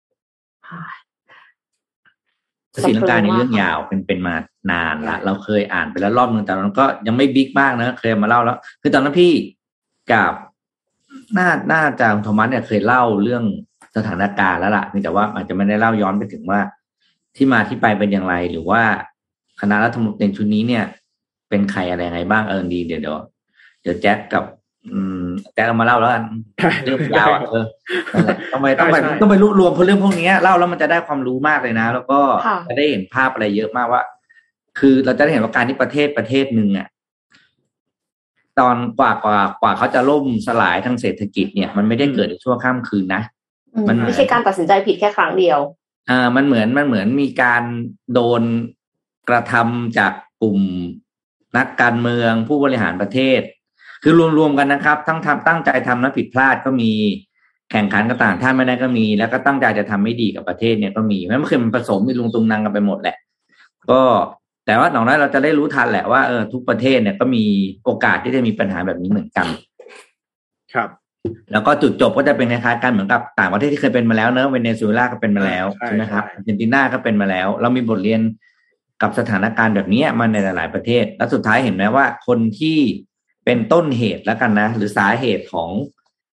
ศรีลังกาในเรื่องยาวเป็นเป็นมานานละเราเคยอ่านไปแล้วรอบนึงแต่มันก็ยังไม่บิ๊กมากนะเคยมาเล่าแล้วคือตอนนั้นพี่กับน่าน่าจะโทมัสเนี่ยเคยเล่าเรื่องสถานการณ์แล้วล่ะแต่ว่าอาจจะไม่ได้เล่าย้อนไปถึงว่าที่มาที่ไปเป็นอย่างไรหรือว่าคณะรัฐมนตรีชุดนี้เนี่ยเป็นใครอะไรยังไงบ้างเออดีเดี๋ยวเดี๋ยวเดี๋ยวแจ็คกับอืมแจ็คเอามาเล่าแล้วกันเรื่องยาวเออนั่นแหละต้องไปต้องไปต้องไปรวบรวมเพราะเรื่องพวกนี้เล่าแล้วมันจะได้ความรู้มากเลยนะแล้วก็จะได้เห็นภาพอะไรเยอะมากว่าคือเราจะได้เห็นว่าการที่ประเทศประเทศนึงอ่ะตอนกว่ากว่ากว่าเขาจะล่มสลายทางเศรษฐกิจเนี่ยมันไม่ได้เกิดในชั่วข้ามคืนนะมันไม่ใช่การตัดสินใจผิดแค่ครั้งเดียวอ่ามันเหมือนมันเหมือนมีการโดนกระทำจากกลุ่มนักการเมืองผู้บริหารประเทศคือรวมๆกันนะครับทั้งทำตั้งใจทำแล้วผิดพลาดก็มีแข่งขันกันต่างท่านไม่ได้ก็มีแล้วก็ตั้งใจจะทำไม่ดีกับประเทศเนี่ยก็มีมันคือมันผสมมีลุงตุงนางกันไปหมดแหละก็แต่ว่าหนองนั้นเราจะได้รู้ทันแหละว่าเออทุกประเทศเนี่ยก็มีโอกาสที่จะมีปัญหาแบบนี้เหมือนกันครับแล้วก็จุดจบก็จะเป็นคล้ายๆกันเหมือนกับต่างประเทศที่เคยเป็นมาแล้วเนอะเวเนซุเอลาก็เป็นมาแล้วใช่ไหมครับอาร์เจนตินาก็เป็นมาแล้วเรามีบทเรียนกับสถานการณ์แบบนี้มาในหลายๆประเทศแล้วสุดท้ายเห็นไหมว่าคนที่เป็นต้นเหตุแล้วกันนะหรือสาเหตุของ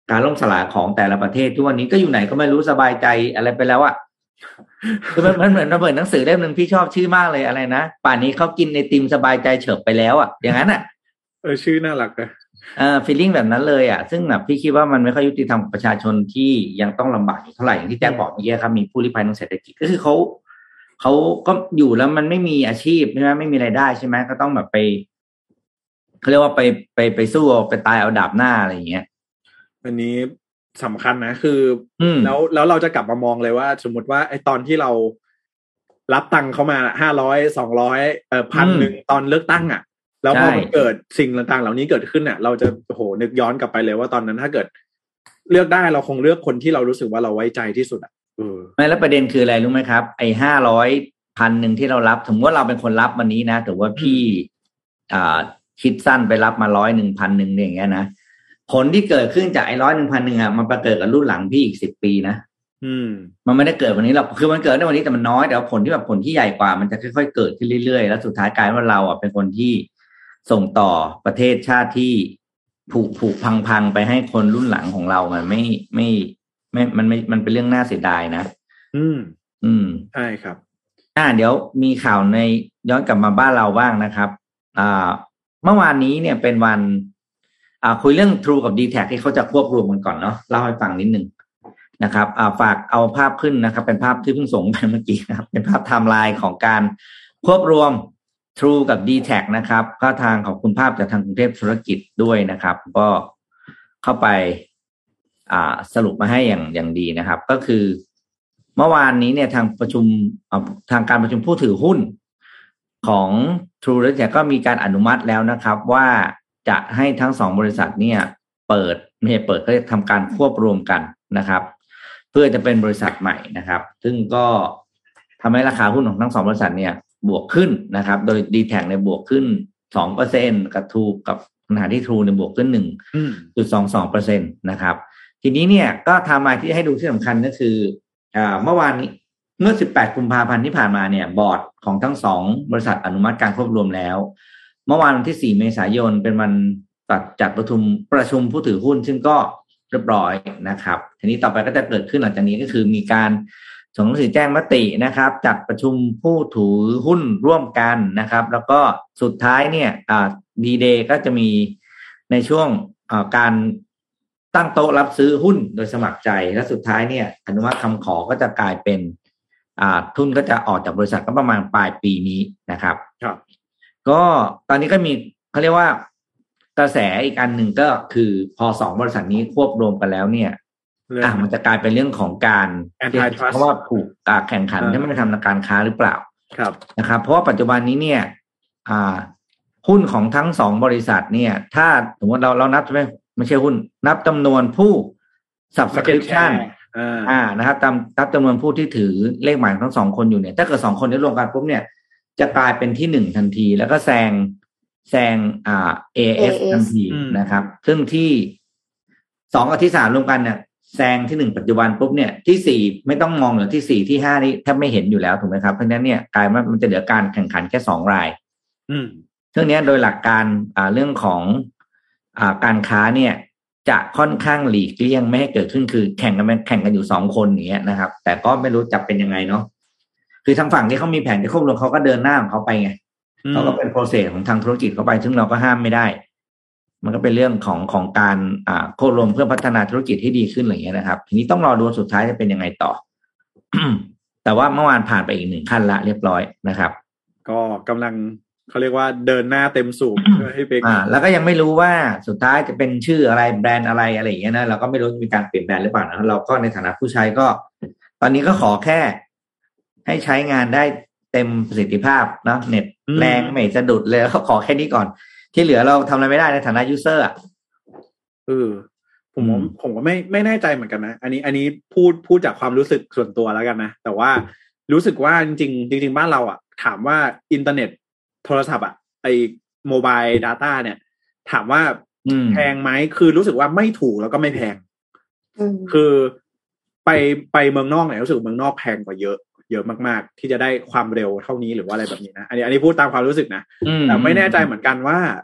การล่มสลายของแต่ละประเทศทุกวันนี้ก็อยู่ไหนก็ไม่รู้สบายใจอะไรไปแล้วอ่ะคือมันมันเหมือนมันเหมือนหนังสือเล่มนึงพี่ชอบชื่อมากเลยอะไรนะป่านนี้เขากินไอติมสบายใจเฉิบไปแล้วอ่ะอย่างนั้นอ่ะเออชื่อน่ารักนะเออ feeling แบบนั้นเลยอ่ะซึ่งแบบพี่คิดว่ามันไม่ค่อยยุติธรรมกับประชาชนที่ยังต้องลำบากเท่าไหร่อย่างที่แจ๊คบอกเมื่อกี้ครับมีผู้ลี้ภัยทางเศรษฐกิจก็คือเขาเขาก็อยู่แล้วมันไม่มีอาชีพใช่ไหมไม่มีรายได้ใช่ไหมก็ต้องแบบไปเขาเรียกว่าไปไปไปสู้ไปตายเอาดาบหน้าอะไรอย่างเงี้ยอันนี้สำคัญนะคือแล้วแล้วเราจะกลับมามองเลยว่าสมมติว่าไอ้ตอนที่เรารับตังค์เข้ามาห้าร้อยสองร้อยเอ่อพันหนึ่งตอนเลือกตั้งอ่ะแล้วพอมันเกิดสิ่งต่างๆเหล่านี้เกิดขึ้นเนี่ยเราจะโหนึกย้อนกลับไปเลยว่าตอนนั้นถ้าเกิดเลือกได้เราคงเลือกคนที่เรารู้สึกว่าเราไว้ใจที่สุดอ่ะเออไม่แล้วประเด็นคืออะไรรู้ไหมครับไอ้ห้าร้อยพันหนึ่งที่เรารับสมมติว่าเราเป็นคนรับวันนี้นะถือว่าพี่อ่าคิดสั้นไปรับมาร้อยหนึ่งพันหนึ่งอย่างเงี้ยนะผลที่เกิดขึ้นจากไอ้ร้อยหนึ่งพันหนึ่งอ่ะมันไปเกิดกับรุ่นหลังพี่อีกสิบปีนะอืมมันไม่ได้เกิดวันนี้หรอกคือมันเกิดในวันนี้แต่มันน้อยแต่ว่าผลที่แบบผลที่ใหญ่กว่ามันจะค่อยๆเกิดขึ้นเรื่อยๆแล้วสุดท้ายกลายว่าเราอ่ะเป็นคนที่ส่งต่อประเทศชาติที่ผุผุพังๆไปให้คนรุ่นหลังของเรามันไม่ไม่ไม่มันไม่มันเป็นเรื่องน่าเสียดายนะอืมอืมใช่ครับอ่าเดี๋ยวมีข่าวในย้อนกลับมาบ้านเราบ้างนะครับอ่าเมื่อวานนี้เนี่ยเป็นวันอ่าคุยเรื่อง True กับ ดี แท็ก ที่เขาจะควบรวมกันก่อนเนาะเล่าให้ฟังนิดนึงนะครับอ่าฝากเอาภาพขึ้นนะครับเป็นภาพที่เพิ่งส่งไปเมื่อกี้นะครับเป็นภาพไทม์ไลน์ของการควบรวม True กับ ดี แท็ก นะครับก็ทางขอบคุณภาพจากทางกรุงเทพธุรกิจด้วยนะครับก็เข้าไปอ่าสรุปมาให้อย่างอย่างดีนะครับก็คือเมื่อวานนี้เนี่ยทางประชุมทางการประชุมผู้ถือหุ้นของ True และ ดี แท็ก ก็มีการอนุมัติแล้วนะครับว่าจะให้ทั้งสองบริษัทเนี่ยเปิดไม่ใช่เปิดก็จะทำการควบรวมกันนะครับเพื่อจะเป็นบริษัทใหม่นะครับซึ่งก็ทำให้ราคาหุ้นของทั้งสองบริษัทเนี่ยบวกขึ้นนะครับโดย ดี แท็ก เนี่ยบวกขึ้น สองเปอร์เซ็นต์ กับ True กับขณะที่ True เนี่ยบวกขึ้น หนึ่งจุดสองสองเปอร์เซ็นต์ นะครับทีนี้เนี่ยก็ทำมาที่ให้ดูที่สำคัญก็คืออ่าเมื่อวานนี้เมื่อสิบแปดกุมภาพันธ์ที่ผ่านมาเนี่ยบอร์ดของทั้งสองบริษัทอนุมัติการควบรวมแล้วเมื่อวานวันที่สี่เมษายนเป็นวันตัดจัดประชุมประชุมผู้ถือหุ้นซึ่งก็เรียบร้อยนะครับทีนี้ต่อไปก็จะเกิดขึ้นหลังจากนี้ก็คือมีการส่งหนังสือแจ้งมตินะครับจัดประชุมผู้ถือหุ้นร่วมกันนะครับแล้วก็สุดท้ายเนี่ยอ่า D-Day ก็จะมีในช่วงอ่าการตั้งโต๊ะรับซื้อหุ้นโดยสมัครใจและสุดท้ายเนี่ยอนุมัติคำขอก็จะกลายเป็นอ่าทุนก็จะออกจากบริษัทก็ประมาณปลายปีนี้นะครับครับก็ตอนนี้ก็มีเขาเรียกว่ากระแสอีกอันหนึ่งก็คือพอสองบริษัทนี้ควบรวมกันแล้วเนี่ยอ่ะมันจะกลายเป็นเรื่องของการเพราะว่าถูกการแข่งขันที่ไม่ได้ทำการค้าหรือเปล่าครับนะครับเพราะว่าปัจจุบันนี้เนี่ยอ่าหุ้นของทั้งสองบริษัทเนี่ยถ้าสมมติเราเรานับใช่ไหมไม่ใช่หุ้นนับจำนวนผู้ subscription อ่านะครับตามนับจำนวนผู้ที่ถือเลขหมายทั้งสองคนอยู่เนี่ยถ้าเกิดสองคนนี้รวมกันปุ๊บเนี่ยจะกลายเป็นที่หนึ่งทันทีแล้วก็แซงแซงอ่า เอ เอส ทันทีนะครับซึ่งที่สองกับที่สามรวมกันเนี่ยแซงที่หนึ่งปัจจุบันปุ๊บเนี่ยที่สี่ไม่ต้องมองหรือที่สี่ที่ห้านี่แทบไม่เห็นอยู่แล้วถูกไหมครับเพราะฉะนั้นเนี่ยกลายว่ามันจะเหลือการแข่งขันแค่สองรายอืมเรื่องนี้โดยหลักการอ่าเรื่องของอ่าการค้าเนี่ยจะค่อนข้างหลีกเลี่ยงไม่ให้เกิดขึ้นคือแข่งกันแข่งกันอยู่สองคนอย่างเงี้ยนะครับแต่ก็ไม่รู้จะเป็นยังไงเนาะคือทางฝั่งที่เขามีแผนที่ควบรวมเขาก็เดินหน้าของเขาไปไงเขาก็เป็นโปรเซสของทางธุรกิจเขาไปซึ่งเราก็ห้ามไม่ได้มันก็เป็นเรื่องของของการอ่าควบรวมเพื่อพัฒนาธุรกิจให้ดีขึ้นอะไรอย่างเงี้ยนะครับทีนี้ต้องรอดูสุดท้ายจะเป็นยังไงต่อ แต่ว่าเมื่อวานผ่านไปอีกหนึ่งขั้นละเรียบร้อยนะครับก็กำลังเขาเรียกว่าเดินหน้าเต็มสูบให้เป็นอ่าแล้วก็ยังไม่รู้ว่าสุดท้ายจะเป็นชื่ออะไรแบรนด์อะไรอะไรอย่างเงี้ยนะเราก็ไม่รู้มีการเปลี่ยนแบรนด์หรือเปล่านะเราก็ในฐานะผู้ใช้ก็ตอนนี้ก็ขอแค่ให้ใช้งานได้เต็มประสิทธิภาพเนาะเน็ตแรงไม่สะดุดเลยก็ขอแค่นี้ก่อนที่เหลือเราทำอะไรไม่ได้ในฐานะยูเซอร์อ่ะเออผมผมก็ไม่ไม่แน่ใจเหมือนกันนะอันนี้อันนี้พูดพูดจากความรู้สึกส่วนตัวแล้วกันนะแต่ว่ารู้สึกว่าจริงๆจริงๆบ้านเราอ่ะถามว่าอินเทอร์เน็ตโทรศัพท์อ่ะไอโมบายดาต้าเนี่ยถามว่าแพงไหมคือรู้สึกว่าไม่ถูกแล้วก็ไม่แพงคือไปไปเมืองนอกเนี่ยรู้สึกเมืองนอกแพงกว่าเยอะเยอะมากๆที่จะได้ความเร็วเท่านี้หรือว่าอะไรแบบนี้นะอันนี้อันนี้พูดตามความรู้สึกนะแต่ไม่แน่ใจเหมือนกันว่า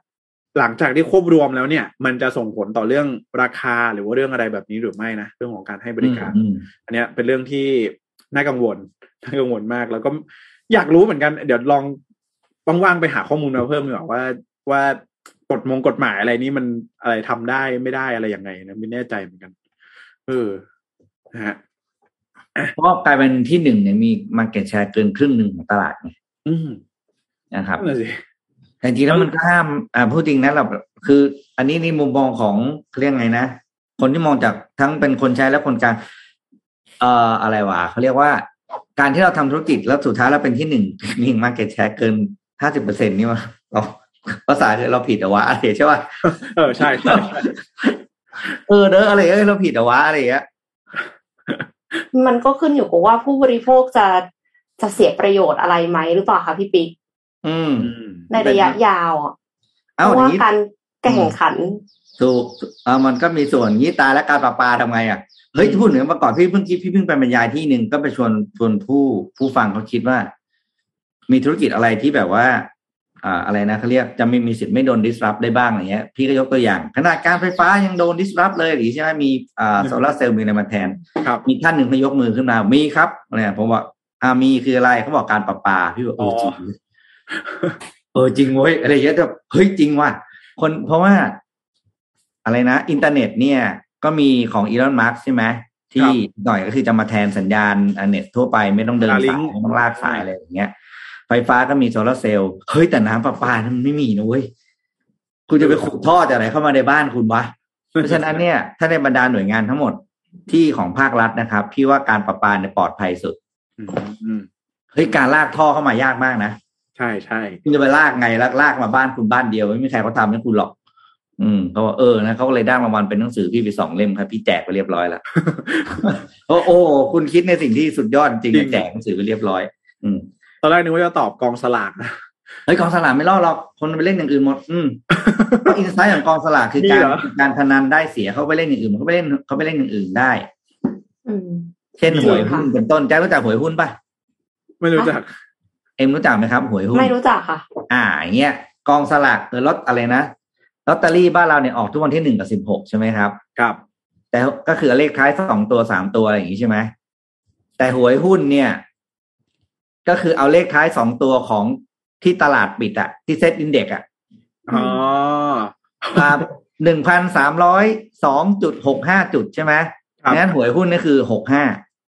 หลังจากที่ควบรวมแล้วเนี่ยมันจะส่งผลต่อเรื่องราคาหรือว่าเรื่องอะไรแบบนี้หรือไม่นะเรื่องของการให้บริการอันเนี้ยเป็นเรื่องที่น่ากังวลน่ากังวลมากแล้วก็อยากรู้เหมือนกันเดี๋ยวลองว่างๆไปหาข้อมูลมาเพิ่มดีกว่าว่าว่ากฎมงกฎหมายอะไรนี้มันอะไรทำได้ไม่ได้อะไรยังไงนะไม่แน่ใจเหมือนกันเออนะฮะเพราะกลายเป็นที่หนึ่งเนี่ยมี market share เกินครึ่งหนึ่งของตลาดไงนะครับนั่นสิแต่จริงแล้วมันก็ห้ามอ่าพูดจริงนะเราคืออันนี้นี่มุมมองของเรียกไงนะคนที่มองจากทั้งเป็นคนใช้และคนกลางเอ่ออะไรวะเขาเรียกว่าการที่เราทำธุรกิจแล้วสุดท้ายเราเป็นที่หนึ่งมี market share เกิน ห้าสิบเปอร์เซ็นต์ นี่ว่าเราภาษาเราผิดอะวะอะไรใช่ป่ะเออใช่ใช่เออเด้ออะไรเอ้ยเราผิดอะวะอะไรอย่างเงี้ยมันก็ขึ้นอยู่กับว่าผู้บริโภคจะจะเสียประโยชน์อะไรไหมหรือเปล่าคะพี่ปิ๊กอืมในระยะยาวอ่ะเพราะว่าการแข่งขันถูกอ่ามันก็มีส่วนยี่ตาและการประปาทำไงอ่ะเฮ้ยพูดถึงเมื่อก่อนพี่เพิ่งคิดพี่เพิ่งไปบรรยายที่หนึ่งก็ไปชวนชวนผู้ผู้ฟังเขาคิดว่ามีธุรกิจอะไรที่แบบว่าอ่าอะไรนะเขาเรียกจะไม่มีสิทธิ์ไม่โดน disrupt ได้บ้างอะไรเงี้ยพี่ก็ยกตัวอย่างขนาดการไฟฟ้ายังโดน disrupt เลยหรือใช่ไหมมีอ่าโซลาร์เซลล์มีอะไรมาแทนมีท่านหนึ่งเขายกมือขึ้นมามีครับเนี่ยผมว่าอ่ามีคืออะไรเขาบอกการประปาพี่บอกโอ้จริงเออจริงเว้ยอะไรเงี้ยแบบเฮ้ยจริงว่ะคนเพราะว่าอะไรนะอินเทอร์เน็ตเนี่ยก็มีของอีลอนมาร์กใช่ไหมที่หน่อยก็คือจะมาแทนสัญญาณเน็ตทั่วไปไม่ต้องเดินสายไม่ต้องลากสายอะไรอย่างเงี้ยไฟฟ้าก็มีโซลาร์เซลล์เฮ้ยแต่น้ำประปามันไม่มีนะเว้ยคุณจะไปขุดท่อจากไหนเข้ามาในบ้านคุณวะเพราะฉะนั้นเนี่ยถ้าในบรรดาหน่วยงานทั้งหมดที่ของภาครัฐนะครับพี่ว่าการประปาเนี่ยปลอดภัยสุดเฮ้ยการลากท่อเข้ามายากมากนะใช่ใช่คุณจะไปลากไงลากลากมาบ้านคุณบ้านเดียวไม่มีใครเขาทำให้คุณหรอกอืมเขาบอกเออนะเขาก็เลยได้รางวัลเป็นหนังสือพี่ไปสองเล่มครับพี่แจกไปเรียบร้อยแล้วโอ้โอ้คุณคิดในสิ่งที่สุดยอดจริงแจกหนังสือไปเรียบร้อยอืมตอนแรกนึกว่าจะตอบกองสลากนะเฮ้ยกองสลากไม่รอดหรอกคนไปเล่นอย่างอื่นหมดอืมอินไซต์ของกองสลากคือการการพนันได้เสียเขาไปเล่นอย่างอื่นเขาไปเล่นเขาไปเล่นอย่างอื่นได้อืมเช่นหวยหุ้นเป็นต้นแจ๊ครู้จักหวยหุ้นป่ะไม่รู้จักเอ็มรู้จักไหมครับหวยหุ้นไม่รู้จักค่ะอ่าอย่างเงี้ยกองสลากเออลอตอะไรนะลอตเตอรี่บ้านเราเนี่ยออกทุกวันที่หนึ่งกับสิบหกใช่ไหมครับครับแต่ก็คือเลขท้ายสองตัวสามตัวอะไรอย่างงี้ใช่ไหมแต่หวยหุ้นเนี่ยก็คือเอาเลขท้ายสองตัวของที่ตลาดปิดอะที่เซ็ตอินเด็กซ์อะอ๋อครับหนึ่งพันสามร้อยสองจุดหกห้าจุดใช่ไหมงั้นหวยหุ้นนี่คือหกห้า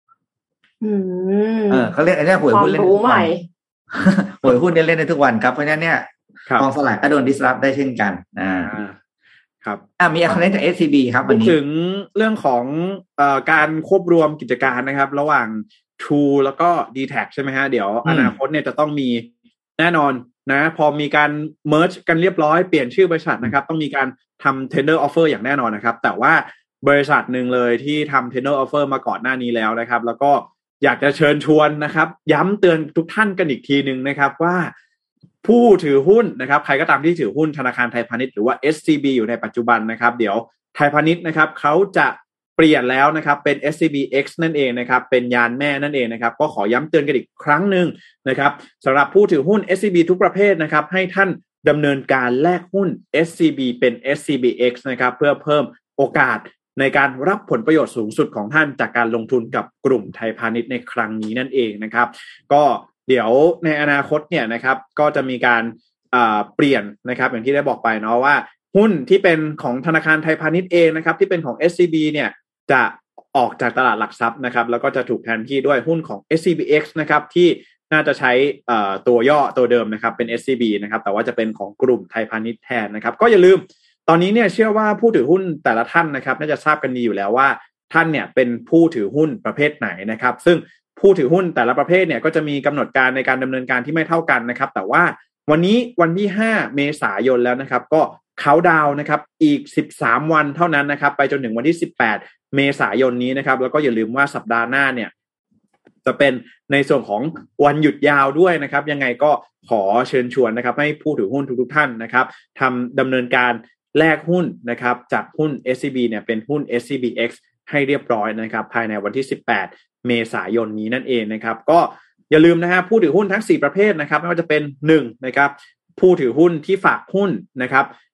เออเขาเรียกไอ้เนี่ยหวยหุ้นเล่นทุกวันหวยหุ้นเนี่ยเล่นได้ทุกวันครับเพราะฉะนั้นเนี่ยกองสลากก็โดน disrupt ได้เช่นกันอ่าครับอ่ามีอะไรจาก เอส ซี บี ครับวันนี้ถึงเรื่องของเอ่อการควบรวมกิจการนะครับระหว่าง True แล้วก็ ดี แท็ก ใช่ไหมฮะเดี๋ยวอนาคตเนี่ยจะต้องมีแน่นอนนะพอมีการ merge กันเรียบร้อยเปลี่ยนชื่อบริษัทนะครับต้องมีการทำ tender offer อย่างแน่นอนนะครับแต่ว่าบริษัทหนึ่งเลยที่ทำ tender offer มาก่อนหน้านี้แล้วนะครับแล้วก็อยากจะเชิญชวนนะครับย้ำเตือนทุกท่านกันอีกทีนึงนะครับว่าผู้ถือหุ้นนะครับใครก็ตามที่ถือหุ้นธนาคารไทยพาณิชย์หรือว่า เอส ซี บี อยู่ในปัจจุบันนะครับเดี๋ยวไทยพาณิชย์นะครับเขาจะเปลี่ยนแล้วนะครับเป็น เอส ซี บี เอ็กซ์ นั่นเองนะครับเป็นยานแม่นั่นเองนะครับก็ขอย้ำเตือนกันอีกครั้งหนึ่งนะครับสำหรับผู้ถือหุ้น เอส ซี บี ทุกประเภทนะครับให้ท่านดำเนินการแลกหุ้น เอส ซี บี เป็น เอส ซี บี เอ็กซ์ นะครับเพื่อเพิ่มโอกาสในการรับผลประโยชน์สูงสุดของท่านจากการลงทุนกับกลุ่มไทยพาณิชย์ในครั้งนี้นั่นเองนะครับก็เดี๋ยวในอนาคตเนี่ยนะครับก็จะมีการเปลี่ยนนะครับอย่างที่ได้บอกไปเนาะว่าหุ้นที่เป็นของธนาคารไทยพาณิชย์เองนะครับที่เป็นของ เอส ซี บี เนี่ยจะออกจากตลาดหลักทรัพย์นะครับแล้วก็จะถูกแทนที่ด้วยหุ้นของ เอส ซี บี เอ็กซ์ นะครับที่น่าจะใช้ตัวย่อตัวเดิมนะครับเป็น เอส ซี บี นะครับแต่ว่าจะเป็นของกลุ่มไทยพาณิชย์แทนนะครับก็อย่าลืมตอนนี้เนี่ยเชื่อว่าผู้ถือหุ้นแต่ละท่านนะครับน่าจะทราบกันดีอยู่แล้วว่าท่านเนี่ยเป็นผู้ถือหุ้นประเภทไหนนะครับซึ่งผู้ถือหุ้นแต่ละประเภทเนี่ยก็จะมีกำหนดการในการดำเนินการที่ไม่เท่ากันนะครับแต่ว่าวันนี้วันที่ห้าเมษายนแล้วนะครับก็เขาดาวนะครับอีกสิบสามวันเท่านั้นนะครับไปจนถึงวันที่สิบแปดเมษายนนี้นะครับแล้วก็อย่าลืมว่าสัปดาห์หน้าเนี่ยจะเป็นในส่วนของวันหยุดยาวด้วยนะครับยังไงก็ขอเชิญชวนนะครับให้ผู้ถือหุ้นทุกๆท่านนะครับทำดำเนินการแลกหุ้นนะครับจากหุ้น เอส ซี บี เนี่ยเป็นหุ้น เอส ซี บี เอ็กซ์ ให้เรียบร้อยนะครับภายในวันที่สิบแปดเมษายนนี้นั่นเองนะครับก็อย่าลืมนะฮะผู้ถือหุ้นทั้งสี่ประเภทนะครับไม่ว่าจะเป็นหนึ่งนะครับผู้ถือหุ้นที่ฝากหุ้นนะครับ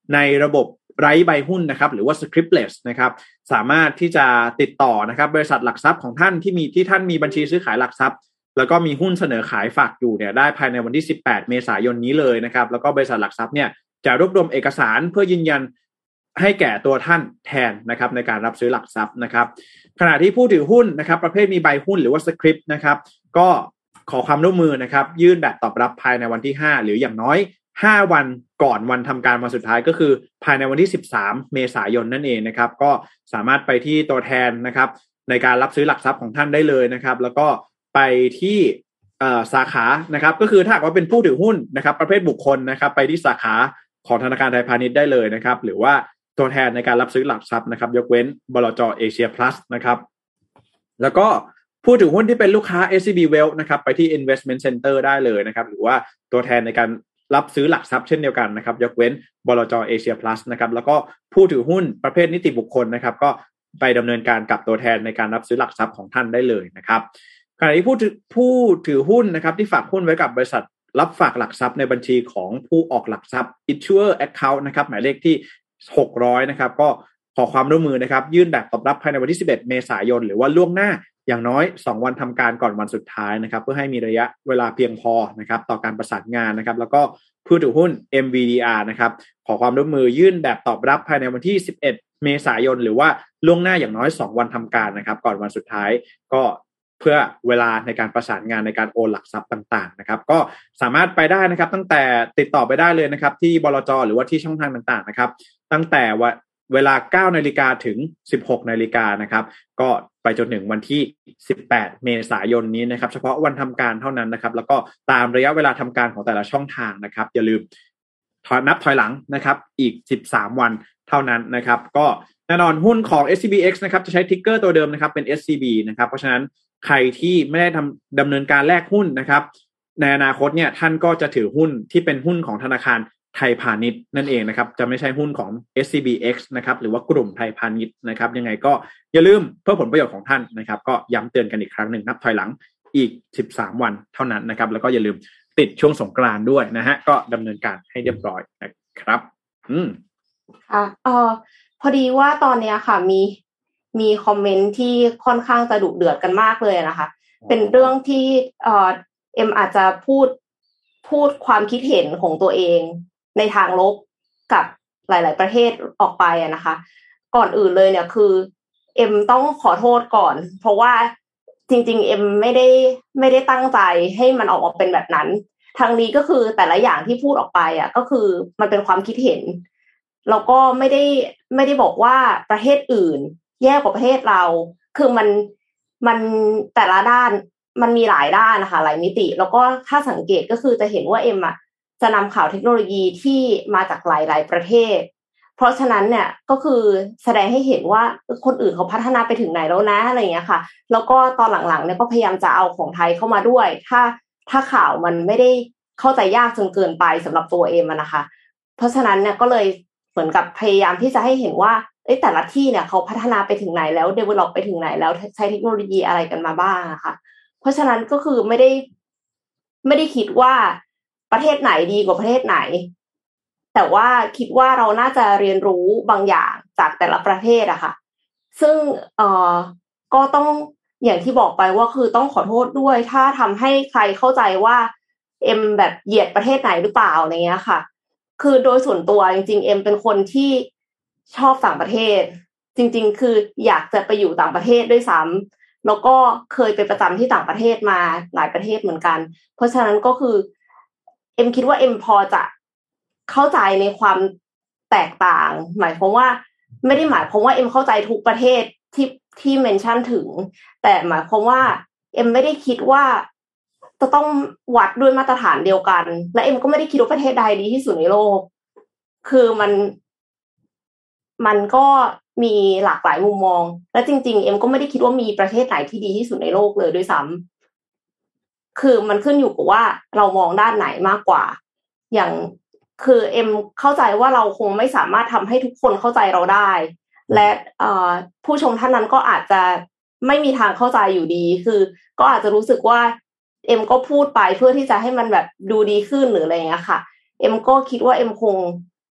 ในระบบไร้ใบหุ้นนะครับหรือว่า scriptless นะครับสามารถที่จะติดต่อนะครับบริษัทหลักทรัพย์ของท่านที่มีที่ท่านมีบัญชีซื้อขายหลักทรัพย์แล้วก็มีหุ้นเสนอขายฝากอยู่เนี่ยได้ภายในวันที่สิบแปดเมษายนนี้เลยนะครับแล้วก็บริษัทหลักทรัพย์เนี่ยจะรวบรวมเอกสารเพื่อยืนยันให้แก่ตัวท่านแทนนะครับในการรับซื้อหลักทรัพย์นะครับขณะที่ผู้ถือหุ้นนะครับประเภทมีใบหุ้นหรือว่าสคริปต์นะครับก็ขอความร่วมมือนะครับยื่นแบบตอบรับภายในวันที่ห้าหรืออย่างน้อยห้าวันก่อนวันทำการวันสุดท้ายก็คือภายในวันที่สิบสามเมษายนนั่นเองนะครับก็สามารถไปที่ตัวแทนนะครับในการรับซื้อหลักทรัพย์ของท่านได้เลยนะครับแล้วก็ไปที่สาขานะครับก็คือถ้าหากว่าเป็นผู้ถือหุ้นนะครับประเภทบุคคลนะครับไปที่สาขาของธนาคารไทยพาณิชย์ได้เลยนะครับหรือว่าตัวแทนในการรับซื้อหลักทรัพย์นะครับยกเว้นบลจ. Asia Plus นะครับแล้วก็ผู้ถือหุ้นที่เป็นลูกค้า เอส ซี บี Wealth นะครับไปที่ Investment Center ได้เลยนะครับหรือว่าตัวแทนในการรับซื้อหลักทรัพย์เช่นเดียวกันนะครับยกเว้นบลจ. Asia Plus นะครับแล้วก็ผู้ถือหุ้นประเภทนิติบุคคลนะครับก็ไปดำเนินการกับตัวแทนในการรับซื้อหลักทรัพย์ของท่านได้เลยนะครับขณะที่ผู้ถือผู้ถือหุ้นนะครับที่ฝากหุ้นไว้กับบริษัทรับฝากหลักทรัพย์ในบัญชีของผู้ออกหลักทรัพย์ Issuer Account นะครับหมายเลขที่หกร้อยนะครับก็ขอความร่วมมือนะครับยื่นแบบตอบรับภายในวันที่สิบเอ็ดเมษายนหรือว่าล่วงหน้าอย่างน้อยสองวันทำการก่อนวันสุดท้ายนะครับเพื่อให้มีระยะเวลาเพียงพอนะครับต่อการประสานงานนะครับแล้วก็ผู้ถือหุ้น เอ็ม วี ดี อาร์ นะครับขอความร่วมมือยื่นแบบตอบรับภายในวันที่สิบเอ็ดเมษายนหรือว่าล่วงหน้าอย่างน้อยสองวันทำการนะครับก่อนวันสุดท้ายก็เพื่อเวลาในการประสานงานในการโอนหลักทรัพย์ต่างๆนะครับก็สามารถไปได้นะครับตั้งแต่ติดต่อไปได้เลยนะครับที่บลจ.หรือว่าที่ช่องทางต่างๆนะครับตั้งแต่ว่าเวลา เก้านาฬิกา ถึง สิบหกนาฬิกานะครับก็ไปจนถึงวันที่สิบแปดเมษายนนี้นะครับเฉพาะวันทำการเท่านั้นนะครับแล้วก็ตามระยะเวลาทำการของแต่ละช่องทางนะครับอย่าลืมถอยนับถอยหลังนะครับอีกสิบสามวันเท่านั้นนะครับก็แน่นอนหุ้นของ เอส ซี บี เอ็กซ์ นะครับจะใช้ทิกเกอร์ตัวเดิมนะครับเป็น เอส ซี บี นะครับเพราะฉะนั้นใครที่ไม่ได้ทำดำเนินการแลกหุ้นนะครับในอนาคตเนี่ยท่านก็จะถือหุ้นที่เป็นหุ้นของธนาคารไทยพาณิชย์นั่นเองนะครับจะไม่ใช่หุ้นของ เอส ซี บี เอ็กซ์ นะครับหรือว่ากลุ่มไทยพาณิชย์นะครับยังไงก็อย่าลืมเพื่อผลประโยชน์ของท่านนะครับก็ย้ำเตือนกันอีกครั้งหนึ่งนับถอยหลังอีกสิบสามวันเท่านั้นนะครับแล้วก็อย่าลืมติดช่วงสงกรานต์ด้วยนะฮะก็ดำเนินการให้เรียบร้อยนะครับอืมค่ะเอ่อพอดีว่าตอนเนี้ยค่ะมีมีคอมเมนต์ที่ค่อนข้างจะดุเดือดกันมากเลยนะคะเป็นเรื่องที่เอ่อเอ็มอาจจะพูดพูดความคิดเห็นของตัวเองในทางลบกับหลายๆประเทศออกไปอะนะคะก่อนอื่นเลยเนี่ยคือเอ็มต้องขอโทษก่อนเพราะว่าจริงๆเอ็มไม่ได้ไม่ได้ตั้งใจให้มันออกมาเป็นแบบนั้นทางนี้ก็คือแต่ละอย่างที่พูดออกไปอ่ะก็คือมันเป็นความคิดเห็นแล้วก็ไม่ได้ไม่ได้บอกว่าประเทศอื่นแย่กว่าประเทศเราคือมันมันแต่ละด้านมันมีหลายด้านนะคะหลายมิติแล้วก็ถ้าสังเกตก็คือจะเห็นว่าเอ็มอ่ะจะนำข่าวเทคโนโลยีที่มาจากหลายๆประเทศเพราะฉะนั้นเนี่ยก็คือแสดงให้เห็นว่าคนอื่นเขาพัฒนาไปถึงไหนแล้วนะอะไรอย่างเงี้ยค่ะแล้วก็ตอนหลังๆเนี่ยก็พยายามจะเอาของไทยเข้ามาด้วยถ้าถ้าข่าวมันไม่ได้เข้าใจยากจนเกินไปสำหรับตัวเอ็มนะคะเพราะฉะนั้นเนี่ยก็เลยเหมือนกับพยายามที่จะให้เห็นว่าเอ้แต่ละที่เนี่ยเขาพัฒนาไปถึงไหนแล้ว develop ไปถึงไหนแล้วใช้เทคโนโลยีอะไรกันมาบ้างนะคะเพราะฉะนั้นก็คือไม่ได้ไม่ได้คิดว่าประเทศไหนดีกว่าประเทศไหนแต่ว่าคิดว่าเราน่าจะเรียนรู้บางอย่างจากแต่ละประเทศอะค่ะซึ่งเอ่อก็ต้องอย่างที่บอกไปว่าคือต้องขอโทษด้วยถ้าทำให้ใครเข้าใจว่าเอ็มแบบเหยียดประเทศไหนหรือเปล่าอะไรเงี้ยค่ะคือโดยส่วนตัวจริงๆเอ็มเป็นคนที่ชอบต่างประเทศจริงๆคืออยากจะไปอยู่ต่างประเทศด้วยซ้ำแล้วก็เคยไปประจำที่ต่างประเทศมาหลายประเทศเหมือนกันเพราะฉะนั้นก็คือเอ็มคิดว่าเอ็มพอจะเข้าใจในความแตกต่างหมายความว่าไม่ได้หมายความว่าเอ็มเข้าใจทุกประเทศที่ที่เมนชั่นถึงแต่หมายความว่าเอ็มไม่ได้คิดว่าจะต้องวัดด้วยมาตรฐานเดียวกันและเอ็มก็ไม่ได้คิดว่าประเทศใดดีที่สุดในโลกคือมันมันก็มีหลากหลายมุมมองและจริงๆเอ็มก็ไม่ได้คิดว่ามีประเทศไหนที่ดีที่สุดในโลกเลยด้วยซ้ำคือมันขึ้นอยู่กับว่าเรามองด้านไหนมากกว่าอย่างคือเอ็มเข้าใจว่าเราคงไม่สามารถทำให้ทุกคนเข้าใจเราได้และผู้ชมท่านนั้นก็อาจจะไม่มีทางเข้าใจอยู่ดีคือก็อาจจะรู้สึกว่าเอ็มก็พูดไปเพื่อที่จะให้มันแบบดูดีขึ้นหรืออะไรอย่างเงี้ยค่ะเอ็มก็คิดว่าเอ็มคง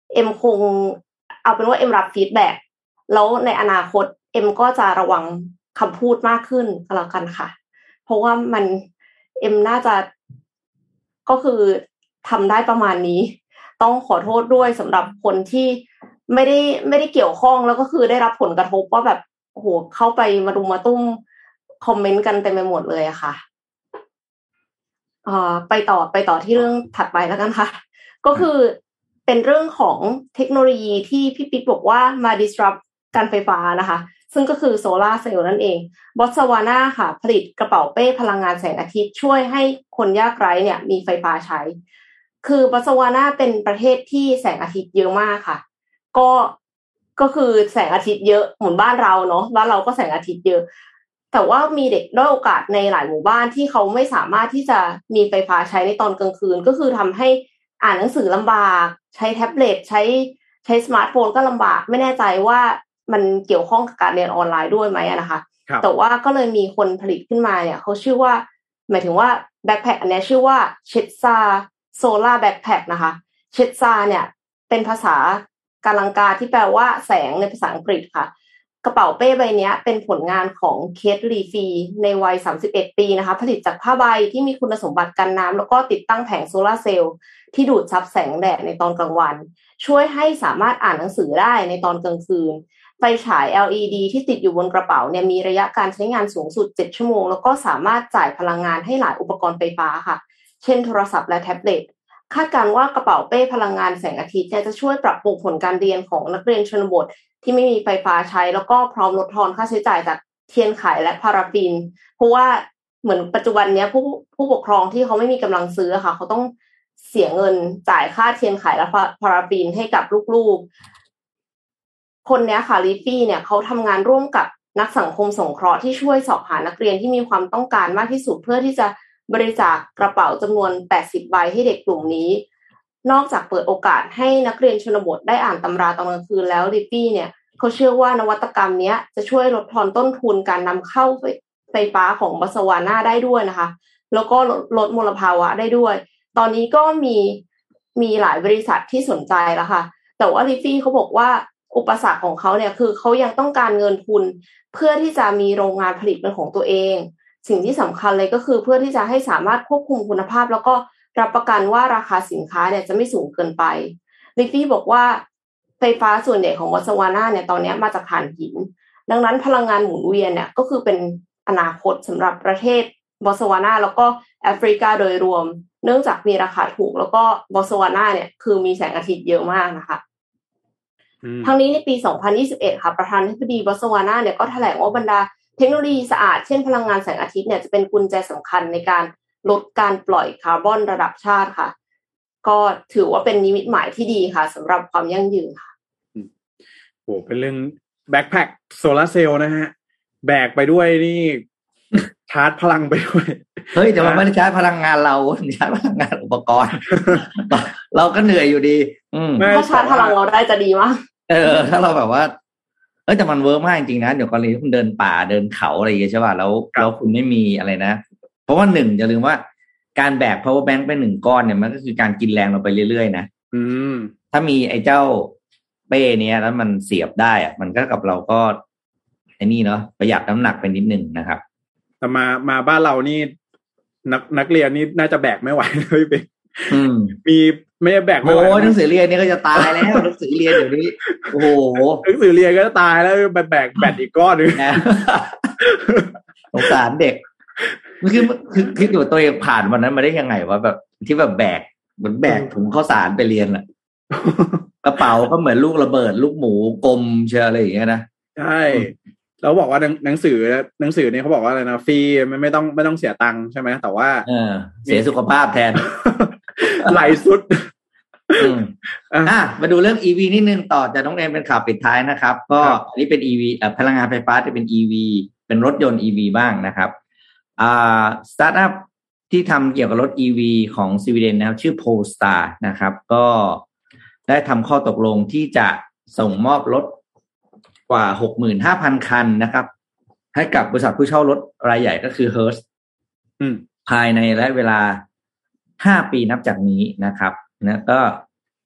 เอ็มคงเอาเป็นว่าเอ็มรับฟีดแบ็กแล้วในอนาคตเอ็มก็จะระวังคำพูดมากขึ้นก็แล้วกันค่ะเพราะว่ามันเอ็มน่าจะก็คือทำได้ประมาณนี้ต้องขอโทษด้วยสำหรับคนที่ไม่ได้ไม่ได้เกี่ยวข้องแล้วก็คือได้รับผลกระทบว่าแบบโอ้โหเข้าไปมารุมมาตุ้มคอมเมนต์กันเต็มไปหมดเลยอะค่ะเอ่อไปต่อไปต่อที่เรื่องถัดไปแล้วกันค่ะก็คือเป็นเรื่องของเทคโนโลยีที่พี่ปิ๊กบอกว่ามา disrupt การไฟฟ้านะคะซึ่งก็คือโซลาร์เซลล์นั่นเองบอตสวานาค่ะผลิตกระเป๋าเป้พลังงานแสงอาทิตย์ช่วยให้คนยากไร้เนี่ยมีไฟฟ้าใช้คือบอตสวานาเป็นประเทศที่แสงอาทิตย์เยอะมากค่ะก็ก็คือแสงอาทิตย์เยอะเหมือนบ้านเราเนาะบ้านเราก็แสงอาทิตย์เยอะแต่ว่ามีเด็กด้อยโอกาสในหลายหมู่บ้านที่เขาไม่สามารถที่จะมีไฟฟ้าใช้ในตอนกลางคืนก็คือทำให้อ่านหนังสือลำบากใช้แท็บเล็ตใช้ใช้สมาร์ทโฟนก็ลำบากไม่แน่ใจว่ามันเกี่ยวข้องกับการเรียนออนไลน์ด้วยไหมนะคะแต่ว่าก็เลยมีคนผลิตขึ้นมาเนี่ยเขาชื่อว่าหมายถึงว่าแบ็คแพ็คอันนี้ชื่อว่าเชตซาโซล่าแบ็คแพ็คนะคะเชตซาเนี่ยเป็นภาษากาลังกาที่แปลว่าแสงในภาษาอังกฤษค่ะกระเป๋าเป้ใบนี้เป็นผลงานของเคทลีฟีในวัยสามสิบเอ็ดปีนะคะผลิตจากผ้าใบที่มีคุณสมบัติกันน้ำแล้วก็ติดตั้งแผงโซลาร์เซลล์ที่ดูดซับแสงแดดในตอนกลางวันช่วยให้สามารถอ่านหนังสือได้ในตอนกลางคืนไฟฉาย แอล อี ดี ที่ติดอยู่บนกระเป๋าเนี่ยมีระยะการใช้งานสูงสุดเจ็ดชั่วโมงแล้วก็สามารถจ่ายพลังงานให้หลายอุปกรณ์ไฟฟ้าค่ะเช่นโทรศัพท์และแท็บเล็ตคาดการณ์ว่ากระเป๋าเป้พลังงานแสงอาทิตย์จะช่วยปรับปรุงผลการเรียนของนักเรียนชนบทที่ไม่มีไฟฟ้าใช้แล้วก็พร้อมลดทอนค่าใช้จ่ายจากเทียนไขและพาราฟินเพราะว่าเหมือนปัจจุบันนี้ผู้ผู้ปกครองที่เขาไม่มีกำลังซื้อค่ะเขาต้องเสียเงินจ่ายค่าเทียนไขและพาราฟินให้กับลูกๆคนนี้ค่ะลิฟฟี่เนี่ยเขาทำงานร่วมกับนักสังคมสงเคราะห์ที่ช่วยสอบหานักเรียนที่มีความต้องการมากที่สุดเพื่อที่จะบริจาคกระเป๋าจำนวนแปดสิบใบให้เด็กกลุ่มนี้นอกจากเปิดโอกาสให้นักเรียนชนบทได้อ่านตำราตอนกลางคืนแล้วลิฟฟี่เนี่ยเขาเชื่อว่านวัตกรรมนี้จะช่วยลดทอนต้นทุนการนำเข้าไฟฟ้าของบอตสวานาได้ด้วยนะคะแล้วก็ลดมลภาวะได้ด้วยตอนนี้ก็มีมีหลายบริษัทที่สนใจแล้วค่ะแต่ว่าลิฟฟี่เขาบอกว่าอุปสรรคของเขาเนี่ยคือเขายังต้องการเงินทุนเพื่อที่จะมีโรงงานผลิตเป็นของตัวเองสิ่งที่สำคัญเลยก็คือเพื่อที่จะให้สามารถควบคุมคุณภาพแล้วก็รับประกันว่าราคาสินค้าเนี่ยจะไม่สูงเกินไปลิฟฟี่บอกว่าไฟฟ้าส่วนใหญ่ของบอตสวานาเนี่ยตอนนี้มาจากถ่านหินดังนั้นพลังงานหมุนเวียนเนี่ยก็คือเป็นอนาคตสำหรับประเทศบอตสวานาแล้วก็แอฟริกาโดยรวมเนื่องจากมีราคาถูกแล้วก็บอตสวานาเนี่ยคือมีแสงอาทิตย์เยอะมากนะคะทั้งนี้ในปีสองพันยี่สิบเอ็ดค่ะประธานาธิบดีบอตสวานาเนี่ยก็แถลงว่าบรรดาเทคโนโลยีสะอาดเช่นพลังงานแสงอาทิตย์เนี่ยจะเป็นกุญแจสำคัญในการลดการปล่อยคาร์บอนระดับชาติค่ะก็ถือว่าเป็นนิมิตหมายที่ดีค่ะสำหรับความยั่งยืนค่ะโอ้เป็นเรื่องแบ็คแพ็คโซลาร์เซลล์นะฮะแบกไปด้วยนี่ชาร์จพลังไปด้วยเฮ้ยแต่ว่าไม่ได้ชาร์จพลังงานเราชาร์จพลังงานอุปกรณ์ เราก็เหนื่อยอยู่ดีถ้าชาร์จพลังเราได้จะดีมากเออถ้าเราแบบว่าเออแต่มันเวิร์กมากจริงๆนะเดี๋ยวกรณีคุณเดินป่าเดินเขาอะไรอย่างเงี้ยใช่ป่ะแล้วแล้วคุณไม่มีอะไรนะเพราะว่าหนึ่งอย่าลืมว่าการแบก power bank ไปหนึ่งก้อนเนี่ยมันก็คือการกินแรงเราไปเรื่อยๆนะอืมถ้ามีไอ้เจ้าเป้เนี้ยแล้วมันเสียบได้อะมันก็กับเราก็ไอ้นี่เนาะประหยัดน้ำหนักไปนิดนึงนะครับแต่มามาบ้านเรานี่นักนักเรียนนี่น่าจะแบกไม่ไหวเลยเป็นมีไม่ได้แบกไม่ไหวโอ้หนังสือเรียนนี่ก็จะตายแล้วหนังสือเรียนเดี๋ยวนี้โอ้โหหนังสือเรียนก็จะตายแล้วแบกแบกแบตอีกก้อนนึงสงสารเด็กคือคือคิดอยู่ตัวเองผ่านวันนั้นมาได้ยังไงวะแบบที่แบบแบกเหมือนแบกถุงข้าวสารไปเรียนอะกระเป๋าก็เหมือนลูกระเบิดลูกหมูกลมเชื่ออะไรอย่างเงี้ยนะใช่แล้วบอกว่าหนังสือหนังสือเนี่ยเขาบอกว่าอะไรนะฟรีไม่ไม่ต้องไม่ต้องเสียตังค์ใช่ไหมแต่ว่าเออเสียสุขภาพแทนไหลสุดอ่ะมาดูเรื่อง อี วี นิดนึงต่อจากน้องแอมเป็นข่าวปิดท้ายนะครับก็อันนี้เป็น อี วี เอ่อพลังงานไฟฟ้าจะเป็น อี วี เป็นรถยนต์ อี วี บ้างนะครับอ่าสตาร์ทอัพที่ทำเกี่ยวกับรถ อี วี ของสวีเดนนะครับชื่อ Polestar นะครับก็ได้ทำข้อตกลงที่จะส่งมอบรถกว่า หกหมื่นห้าพัน คันนะครับให้กับบริษัทผู้เช่ารถรายใหญ่ก็คือ Hertz อืมภายในระยะเวลาห้าปีนับจากนี้นะครับนะก็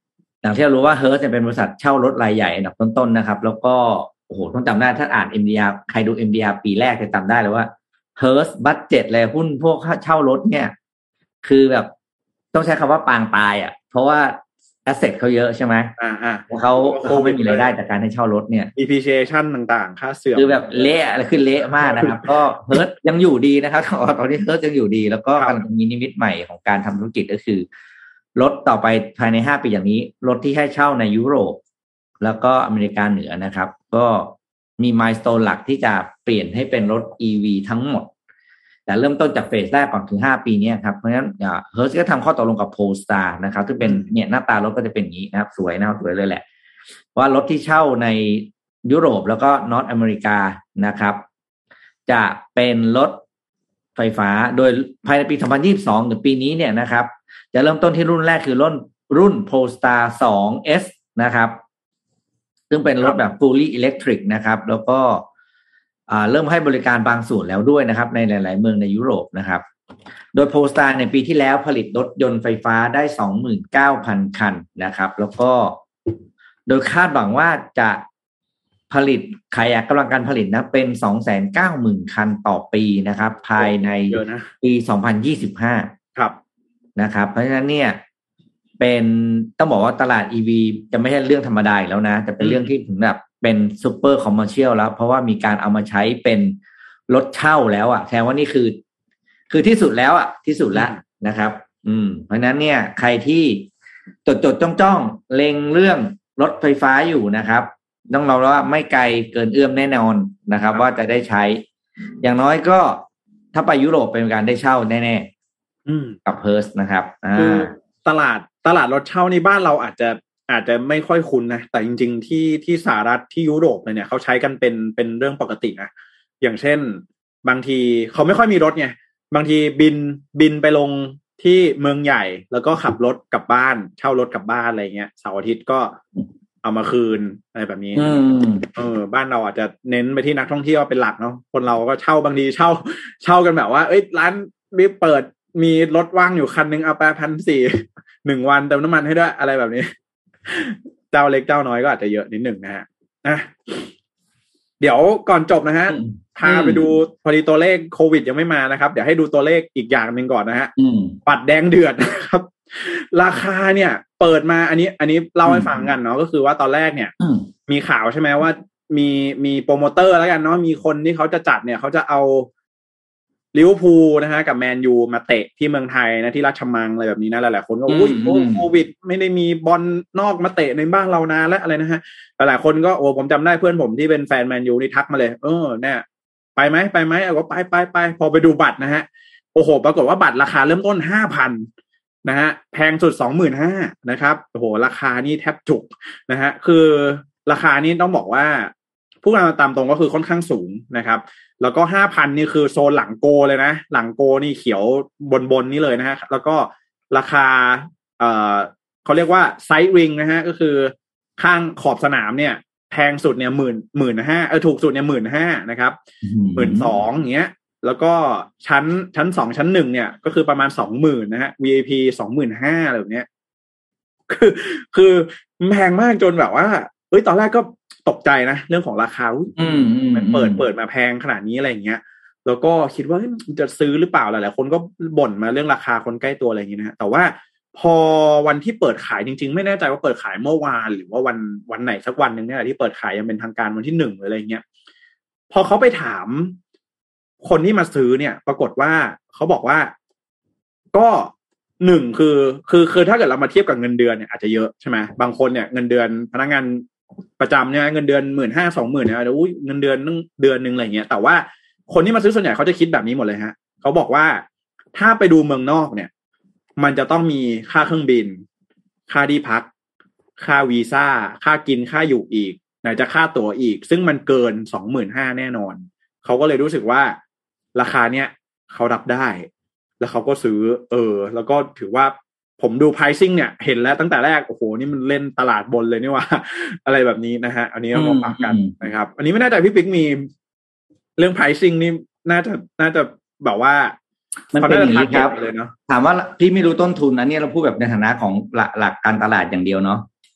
อย่างที่เรารู้ว่า Hertz เนี่ยเป็นบริษัทเช่ารถรายใหญ่อันดับต้นๆนะครับแล้วก็โอ้โหต้องจำได้ถ้าอ่าน เอ็ม ดี อาร์ ใครดู เอ็ม ดี อาร์ ปีแรกจะจำได้เลยว่า Hertz บัดเจ็ตเลยหุ้นพวกเช่ารถเนี่ยคือแบบต้องใช้คำว่าปางตายอ่ะเพราะว่าแอสเซทเขาเยอะใช่ไหมอ่าอ่าเขาคงไม่มีรายได้จากการให้เช่ารถเนี่ย depreciation ต่างๆค่าเสื่อมคือแบบเละอะไรคือเละมากนะครับ ก็เฮิร์ตยังอยู่ดีนะครับตอนนี้เฮิร์ตยังอยู่ดีแล้วก็กำลังมีนิมิตใหม่ของการทำธุรกิจก็คือรถต่อไปภายในห้าปีอย่างนี้รถที่ให้เช่าในยุโรปแล้วก็อเมริกาเหนือนะครับก็มีมายสโตนหลักที่จะเปลี่ยนให้เป็นรถ อี วี ทั้งหมดแต่เริ่มต้นจากเฟสแรกก่อนถึงห้าปีนี้ครับเพราะฉะนั้นเฮิร์ตก็ทำข้อตกลงกับ Polestar นะครับซึ่งเป็นเนี่ยหน้าตารถก็จะเป็นอย่างนี้นะครับสวยนะครับสวยเลยแหละว่ารถที่เช่าในยุโรปแล้วก็นอร์ทอเมริกานะครับจะเป็นรถไฟฟ้าโดยภายในปีสองพันยี่สิบสองหรือปีนี้เนี่ยนะครับจะเริ่มต้นที่รุ่นแรกคือรุ่นรุ่น Polestar ทู เอส นะครับซึ่งเป็นรถแบบ fully electric นะครับแล้วก็เริ่มให้บริการบางส่วนแล้วด้วยนะครับในหลายๆเมืองในยุโรปนะครับโดย Polestar ในปีที่แล้วผลิตรถยนต์ไฟฟ้าได้ สองหมื่นเก้าพัน คันนะครับแล้วก็โดยคาดหวังว่าจะผลิตขยายกำลังการผลิตนะเป็น สองแสนเก้าหมื่น คันต่อปีนะครับภายในปีสองพันยี่สิบห้าครับนะครับเพราะฉะนั้นเนี่ยเป็นต้องบอกว่าตลาด อี วี จะไม่ใช่เรื่องธรรมดาอีกแล้วนะจะเป็นเรื่องที่ถึงแบบเป็นซูเปอร์คอมเมอร์เชียลแล้วเพราะว่ามีการเอามาใช้เป็นรถเช่าแล้วอ่ะแสดงว่านี่คือคือที่สุดแล้วอ่ะที่สุดแล้วนะครับอืมเพราะฉะนั้นเนี่ยใครที่จดจดจ้องจ้องเล็งเรื่องรถไฟฟ้าอยู่นะครับต้องเราว่าไม่ไกลเกินเอื้อมแน่นอนนะครับว่าจะได้ใช้อย่างน้อยก็ถ้าไปยุโรปเป็นการได้เช่าแน่ๆกับ Hertz นะครับคือตลาดตลาดรถเช่าในบ้านเราอาจจะอาจจะไม่ค่อยคุ้นนะแต่จริงๆที่ที่สหรัฐที่ยุโรปเนี่ยเขาใช้กันเป็นเป็นเรื่องปกตินะอย่างเช่นบางทีเขาไม่ค่อยมีรถไงบางทีบินบินไปลงที่เมืองใหญ่แล้วก็ขับรถกลับบ้านเช่ารถกลับบ้านอะไรเงี้ยเสาร์อาทิตย์ก็เอามาคืนอะไรแบบนี้เออบ้านเราอาจจะเน้นไปที่นักท่องเที่ยวเป็นหลักเนาะคนเราก็เช่าบางทีเช่าเช่ากันแบบว่าเอ้ยร้านรีบเปิดมีรถว่างอยู่คันนึงเอาไปพันสี่หนึ่งวันเติมน้ำมันให้ด้วยอะไรแบบนี้เจ้าเล็กเจ้าน้อยก็อาจจะเยอะนิดหนึ่งนะฮะนะเดี๋ยวก่อนจบนะฮะพาไปดูพอดีตัวเลขโควิดยังไม่มานะครับเดี๋ยวให้ดูตัวเลขอีกอย่างหนึ่งก่อนนะฮะบัตรแดงเดือดนะครับราคาเนี่ยเปิดมาอันนี้อันนี้เล่าให้ฟังกันเนาะก็คือว่าตอนแรกเนี่ยมีข่าวใช่ไหมว่ามีมีโปรโมเตอร์แล้วกันเนาะมีคนที่เขาจะจัดเนี่ยเขาจะเอาลิเวอร์พูลนะฮะกับแมนยูมาเตะที่เมืองไทยนะที่ราชมังอะไรแบบนี้นะหลายๆคนก็อุ้ยโควิดไม่ได้มีบอลนอกมาเตะในบ้านเรานานแล้วอะไรนะฮะหลายๆคนก็โอ้ผมจำได้เพื่อนผมที่เป็นแฟนแมนยูนี่ทักมาเลยเออเนี่ยไปไหมไปไหมเอาก็ไปไปไปพอไปดูบัตรนะฮะโอ้โหปรากฏว่าบัตรราคาเริ่มต้น ห้าพัน นะฮะแพงสุด สองหมื่นห้าพัน นะครับโอ้โหราคานี่แทบจุกนะฮะคือราคานี้ต้องบอกว่าพูดตามตรงก็คือค่อนข้างสูงนะครับแล้วก็ ห้าพัน นี่คือโซนหลังโกเลยนะหลังโกนี่เขียวบนๆนี่เลยนะฮะแล้วก็ราคาเอ่อเขาเรียกว่าไซด์ริงนะฮะก็คือข้างขอบสนามเนี่ยแพงสุดเนี่ยหมื่นหมื่นห้าเออถูกสุดเนี่ยหมื่นห้านะครับหมื่นสองอย่างเงี้ยแล้วก็ชั้นชั้นสองชั้นหนึ่งเนี่ยก็คือประมาณสองหมื่นนะฮะ วี ไอ พี สองหมื่นห้าอะไรแบบเนี้ยคือคือแพงมากจนแบบว่าเอ้ยตอนแรกก็ตกใจนะเรื่องของราคามันเปิดเปิดมาแพงขนาดนี้อะไรอย่างเงี้ยแล้วก็คิดว่าจะซื้อหรือเปล่าหลายๆคนก็บ่นมาเรื่องราคาคนใกล้ตัวอะไรอย่างเงี้ยนะฮะแต่ว่าพอวันที่เปิดขายจริงๆไม่แน่ใจว่าเปิดขายเมื่อวานหรือว่าวันวันไหนสักวันนึงเนี่ยที่เปิดขายยังเป็นทางการวันที่หนึ่งหรืออะไรเงี้ยพอเขาไปถามคนที่มาซื้อเนี่ยปรากฏว่าเขาบอกว่าก็หนึ่งคือคือคือถ้าเกิดเรามาเทียบกับเงินเดือนเนี่ยอาจจะเยอะใช่ไหมบางคนเนี่ยเงินเดือนพนักงานประจำเนี่ยเงินเดือนหมื่นห้าสองหมื่นเนี่ยอุ้ยเงินเดือนนึงเดือนนึงอะไรเงี้ยแต่ว่าคนที่มาซื้อส่วนใหญ่เขาจะคิดแบบนี้หมดเลยฮะเขาบอกว่าถ้าไปดูเมืองนอกเนี่ยมันจะต้องมีค่าเครื่องบินค่าที่พักค่าวีซ่าค่ากินค่าอยู่อีกไหนจะค่าตั๋วอีกซึ่งมันเกิน สองหมื่นห้าพัน แน่นอนเขาก็เลยรู้สึกว่าราคาเนี้ยเขารับได้แล้วเขาก็ซื้อเออแล้วก็ถือว่าผมดู pricing เนี่ยเห็นแล้วตั้งแต่แรกโอ้โหนี่มันเล่นตลาดบนเลยนี่ว่าอะไรแบบนี้นะฮะอันนี้เรามาฝากกันนะครับอันนี้ไม่แน่ใจพี่ปิ๊กมีเรื่อง pricing นี่น่าจะน่าจะแบบว่ามันเป็นอย่างนี้ครับถามว่าพี่ไม่รู้ต้นทุนอันนี้เราพูดแบบในฐานะของหลักหลักการตลาดอย่างเดียวเนาะ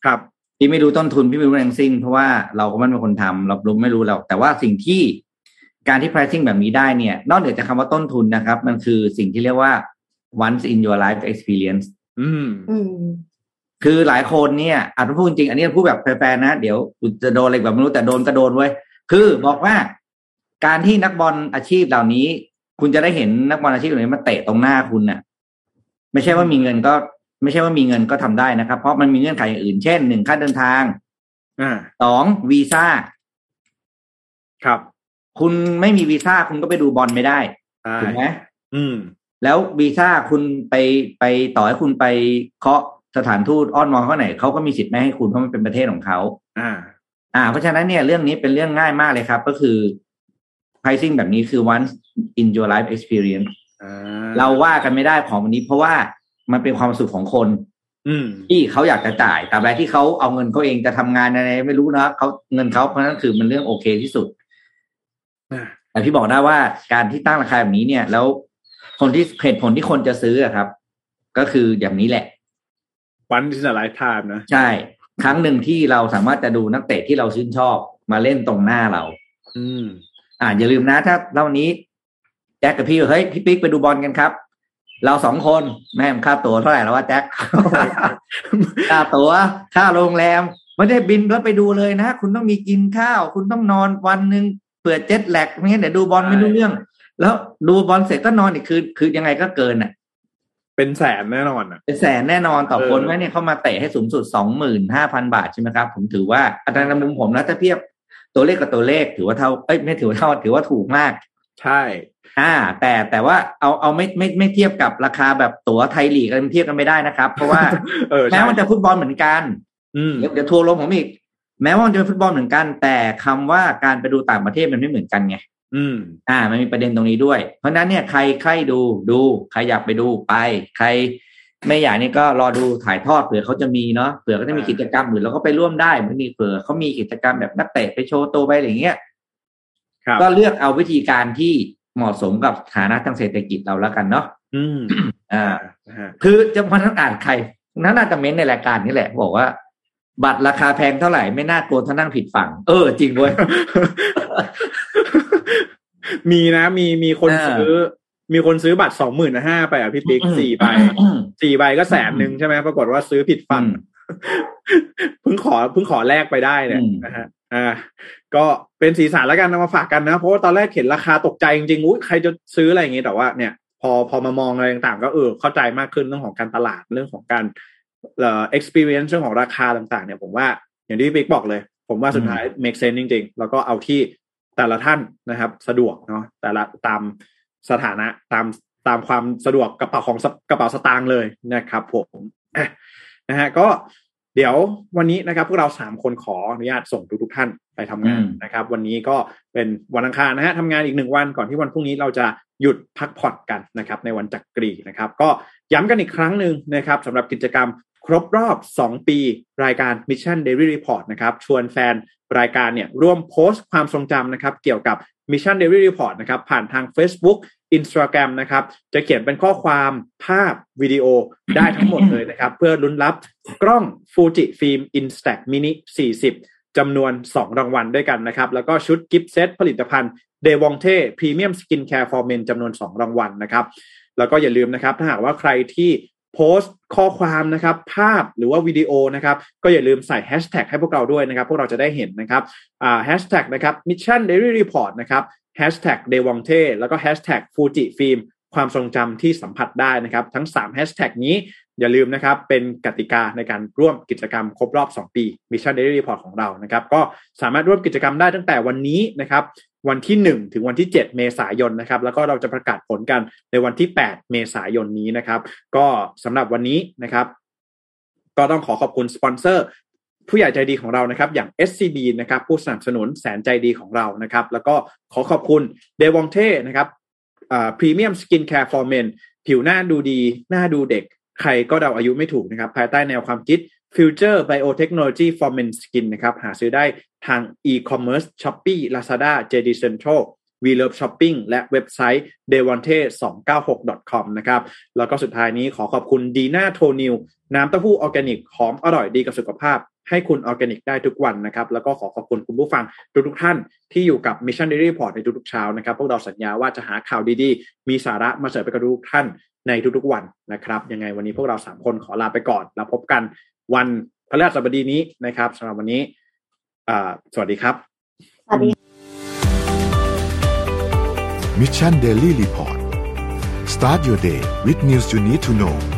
ครับพี่ไม่รู้ต้นทุนพี่ไม่รู้แรงซิ่งเพราะว่าเราก็ไม่เป็นคนทำเรารู้ไม่รู้เราแต่ว่าสิ่งที่การที่ pricing แบบนี้ได้เนี่ยนอกเหนือจากคำว่าต้นทุนนะครับมันคือสิ่งที่เรียกว่า once in your life experience อืมอืมคือหลายคนเนี่ยอาจจะพูดจริงอันนี้พูดแบบแฟร์ๆนะเดี๋ยวจะโดนอะไรแบบไม่รู้แต่โดนก็โดนเว้ยคือบอกว่าการที่นักบอลอาชีพเหล่านี้คุณจะได้เห็นนักบอลอาชีพเหล่านี้มาเตะตรงหน้าคุณน่ะไม่ใช่ว่ามีเงินก็ไม่ใช่ว่ามีเงินก็ทำได้นะครับเพราะมันมีเงื่อนไขอย่างอื่นเช่นหนึ่งค่าเดินทางอ่าสองวีซ่าครับคุณไม่มีวีซ่าคุณก็ไปดูบอลไม่ได้ถูกไหมอืมแล้ววีซ่าคุณไปไปต่อให้คุณไปเคาะสถานทูตอ้อนวอนเขาไหนเขาก็มีสิทธิ์ไม่ให้คุณเพราะมันเป็นประเทศของเขาอ่าอ่าเพราะฉะนั้นเนี่ยเรื่องนี้เป็นเรื่องง่ายมากเลยครับก็คือ pricing แบบนี้คือ once in your life experience เราว่ากันไม่ได้ของวันนี้เพราะว่ามันเป็นความสุขของคนที่เขาอยากจะจ่ายแต่แบบที่เขาเอาเงินเขาเองจะทำงานอะไรไม่รู้นะเขาเงินเขาเพราะนั้นคือมันเรื่องโอเคที่สุดแต่พี่บอกได้ว่าการที่ตั้งราคาแบบนี้เนี่ยแล้วคนที่เหตุผลที่คนจะซื้ออะครับก็คืออย่างนี้แหละวันที่จะไลฟ์ไทม์นะใช่ครั้งหนึ่งที่เราสามารถจะดูนักเตะที่เราชื่นชอบมาเล่นตรงหน้าเราอืมอ่าอย่าลืมนะถ้าเล่านี้แจ็คกับพี่เฮ้ยพี่ปิ๊กไปดูบอลกันครับเราสองคนแม่ค่าตั๋วเท่าไหร่แล้ววะแจ็ค ค่าตั๋วค่าโรงแรมไม่ได้บินแล้วไปดูเลยนะคุณต้องมีกินข้าวคุณต้องนอนวันนึงเปิดเจ็ตแลกไม่งั้นเดี๋ยวดูบอลไม่รู้เรื่องแล้วดูบอลเสร็จก็นอนอีกคือคือยังไงก็เกินอ่ะเป็นแสนแน่นอนอ่ะเป็นแสนแน่นอนต่อคนแม่เนี่ยเขามาเตะให้สูงสุด สองหมื่นห้าพัน บาทใช่ไหมครับผมถือว่าอัตราในมุมผมนะถ้าเทียบตัวเลขกับตัวเลขถือว่าเท่าเอ้ยไม่ถือว่าเท่าถือว่าถูกมากใช่อ่าแต่แต่ว่าเอาเอาไม่ไม่ไม่เทียบกับราคาแบบตั๋วไทยลีกกันเทียบกันไม่ได้นะครับเพราะว่า แม้มันจะฟุตบอลเหมือนกันเดี๋ยวเดี๋ยวทัวร์ลงผมอีกแม้ว่ามันจะเป็นฟุตบอลเหมือนกันแต่คำว่าการไปดูต่างประเทศมันไม่เหมือนกันไงอืมอ่ามันมีประเด็นตรงนี้ด้วยเพราะนั้นเนี่ยใครใครดูดูใครอยากไปดูไปใครไม่อยากนี่ก็รอดูถ่ายทอดเผื่อเขาจะมีเนาะเผื่อเขาจะมีกิจกรรมอื่นแล้วก็ไปร่วมได้มันมีเผื่อเขามีกิจกรรมแบบนักเตะไปโชว์ตัวไปอะไรอย่างเงี้ยก็เลือกเอาวิธีการที่เหมาะสมกับฐานะทางเศรษฐกิจเราแล้วกันเนาะอืมอ่าคือจะมาทั้งอ่านใครนั่นน่าจะเม้นในรายการนี้แหละบอกว่าบัตรราคาแพงเท่าไหร่ไม่น่ากลัวถ้านั่งผิดฝั่งเออจริงด้วยมีนะมีมีคนซื้อมีคนซื้อบัตรสองหมื่นห้าไปอ่ะพี่ปิ๊กสี่ใบสี่ใบก็แสนหนึ่งใช่ไหมปรากฏว่าซื้อผิดฝั่งเพิ่งขอเพิ่งขอแลกไปได้เนี่ยนะฮะอ่าก็เป็นสีสันแล้วกันเอามาฝากกันนะเพราะว่าตอนแรกเห็นราคาตกใจจริงๆอุ้ยใครจะซื้ออะไรอย่างงี้แต่ว่าเนี่ยพอพอมามองอะไรต่างๆก็เออเข้าใจมากขึ้นเรื่องของการตลาดเรื่องของการเอ่อ experience เรื่องของราคาต่างๆเนี่ยผมว่าอย่างที่พี่ปิ๊กบอกเลยผมว่าสุดท้าย make sense จริงๆแล้วก็เอาที่แต่ละท่านนะครับสะดวกเนาะแต่ละตามสถานะตามตามความสะดวกกระเป๋าของกระเป๋าสตางค์เลยนะครับผมนะฮะก็เดี๋ยววันนี้นะครับพวกเราสามคนขออนุญาตส่งทุกๆท่านไปทำงานนะครับวันนี้ก็เป็นวันอังคารนะฮะทำงานอีกหนึ่งวันก่อนที่วันพรุ่งนี้เราจะหยุดพักผ่อนกันนะครับในวันจักรีนะครับก็ย้ำกันอีกครั้งหนึ่งนะครับสำหรับกิจกรรมครบรอบสองปีรายการ Mission Daily Report นะครับชวนแฟนรายการเนี่ยร่วมโพสต์ความทรงจำนะครับเกี่ยวกับ Mission Daily Report นะครับผ่านทาง Facebook Instagram นะครับจะเขียนเป็นข้อความภาพวิดีโอได้ทั้งหมดเลยนะครับเพื่อลุ้นรับกล้อง Fuji Film Instax Mini สี่สิบจำนวนสองรางวัลด้วยกันนะครับแล้วก็ชุดกิฟต์เซตผลิตภัณฑ์ Devonte Premium Skin Care for Men จำนวนสองรางวัลนะครับแล้วก็อย่าลืมนะครับถ้าหากว่าใครที่โพสต์ข้อความนะครับภาพหรือว่าวิดีโอนะครับก็อย่าลืมใส่แฮชแท็กให้พวกเราด้วยนะครับพวกเราจะได้เห็นนะครับอ่าแฮชแท็กนะครับ Mission Daily Report นะครับแฮชแท็ก Devonte แล้วก็แฮชแท็ก Fuji Film ความทรงจำที่สัมผัสได้นะครับทั้งสามแฮชแท็กนี้อย่าลืมนะครับเป็นกติกาในการร่วมกิจกรรมครบรอบสองปี Mission Daily Report ของเรานะครับก็สามารถร่วมกิจกรรมได้ตั้งแต่วันนี้นะครับวันที่หนึ่งถึงวันที่เจ็ดเมษายนนะครับแล้วก็เราจะประกาศผลกันในวันที่แปดเมษายนนี้นะครับก็สำหรับวันนี้นะครับก็ต้องขอขอบคุณสปอนเซอร์ผู้ใหญ่ใจดีของเรานะครับอย่าง เอส ซี บี นะครับผู้สนับสนุนแสนใจดีของเรานะครับแล้วก็ขอขอบคุณ Devonte นะครับอ่า Premium Skin Care for Men ผิวหน้าดูดีหน้าดูเด็กใครก็เดาอายุไม่ถูกนะครับภายใต้แนวความคิด Future Biotechnology for Men Skin นะครับหาซื้อได้ทาง e-commerce Shopee Lazada เจ ดี Central We Love Shopping และเว็บไซต์ เดวอนเท สองเก้าหก ดอท คอม นะครับแล้วก็สุดท้ายนี้ขอขอบคุณดีน่าโทนิลน้ำเต้าหู้ออร์แกนิกหอมอร่อยดีกับสุขภาพให้คุณออร์แกนิกได้ทุกวันนะครับแล้วก็ขอขอบคุณคุณผู้ฟังทุกๆท่านที่อยู่กับ Mission Daily Report ในทุกๆเช้านะครับพวกเราสัญญาว่าจะหาข่าวดีๆมีสาระมาเสิร์ฟให้กับทุกท่านในทุกๆวันนะครับยังไงวันนี้พวกเราสามคนขอลาไปก่อนแล้วพบกันวันพฤหัสบดีนี้นะครับสำหรับวันนี้สวัสดีครับสวัสดี Mission Daily Report Start your day with news you need to know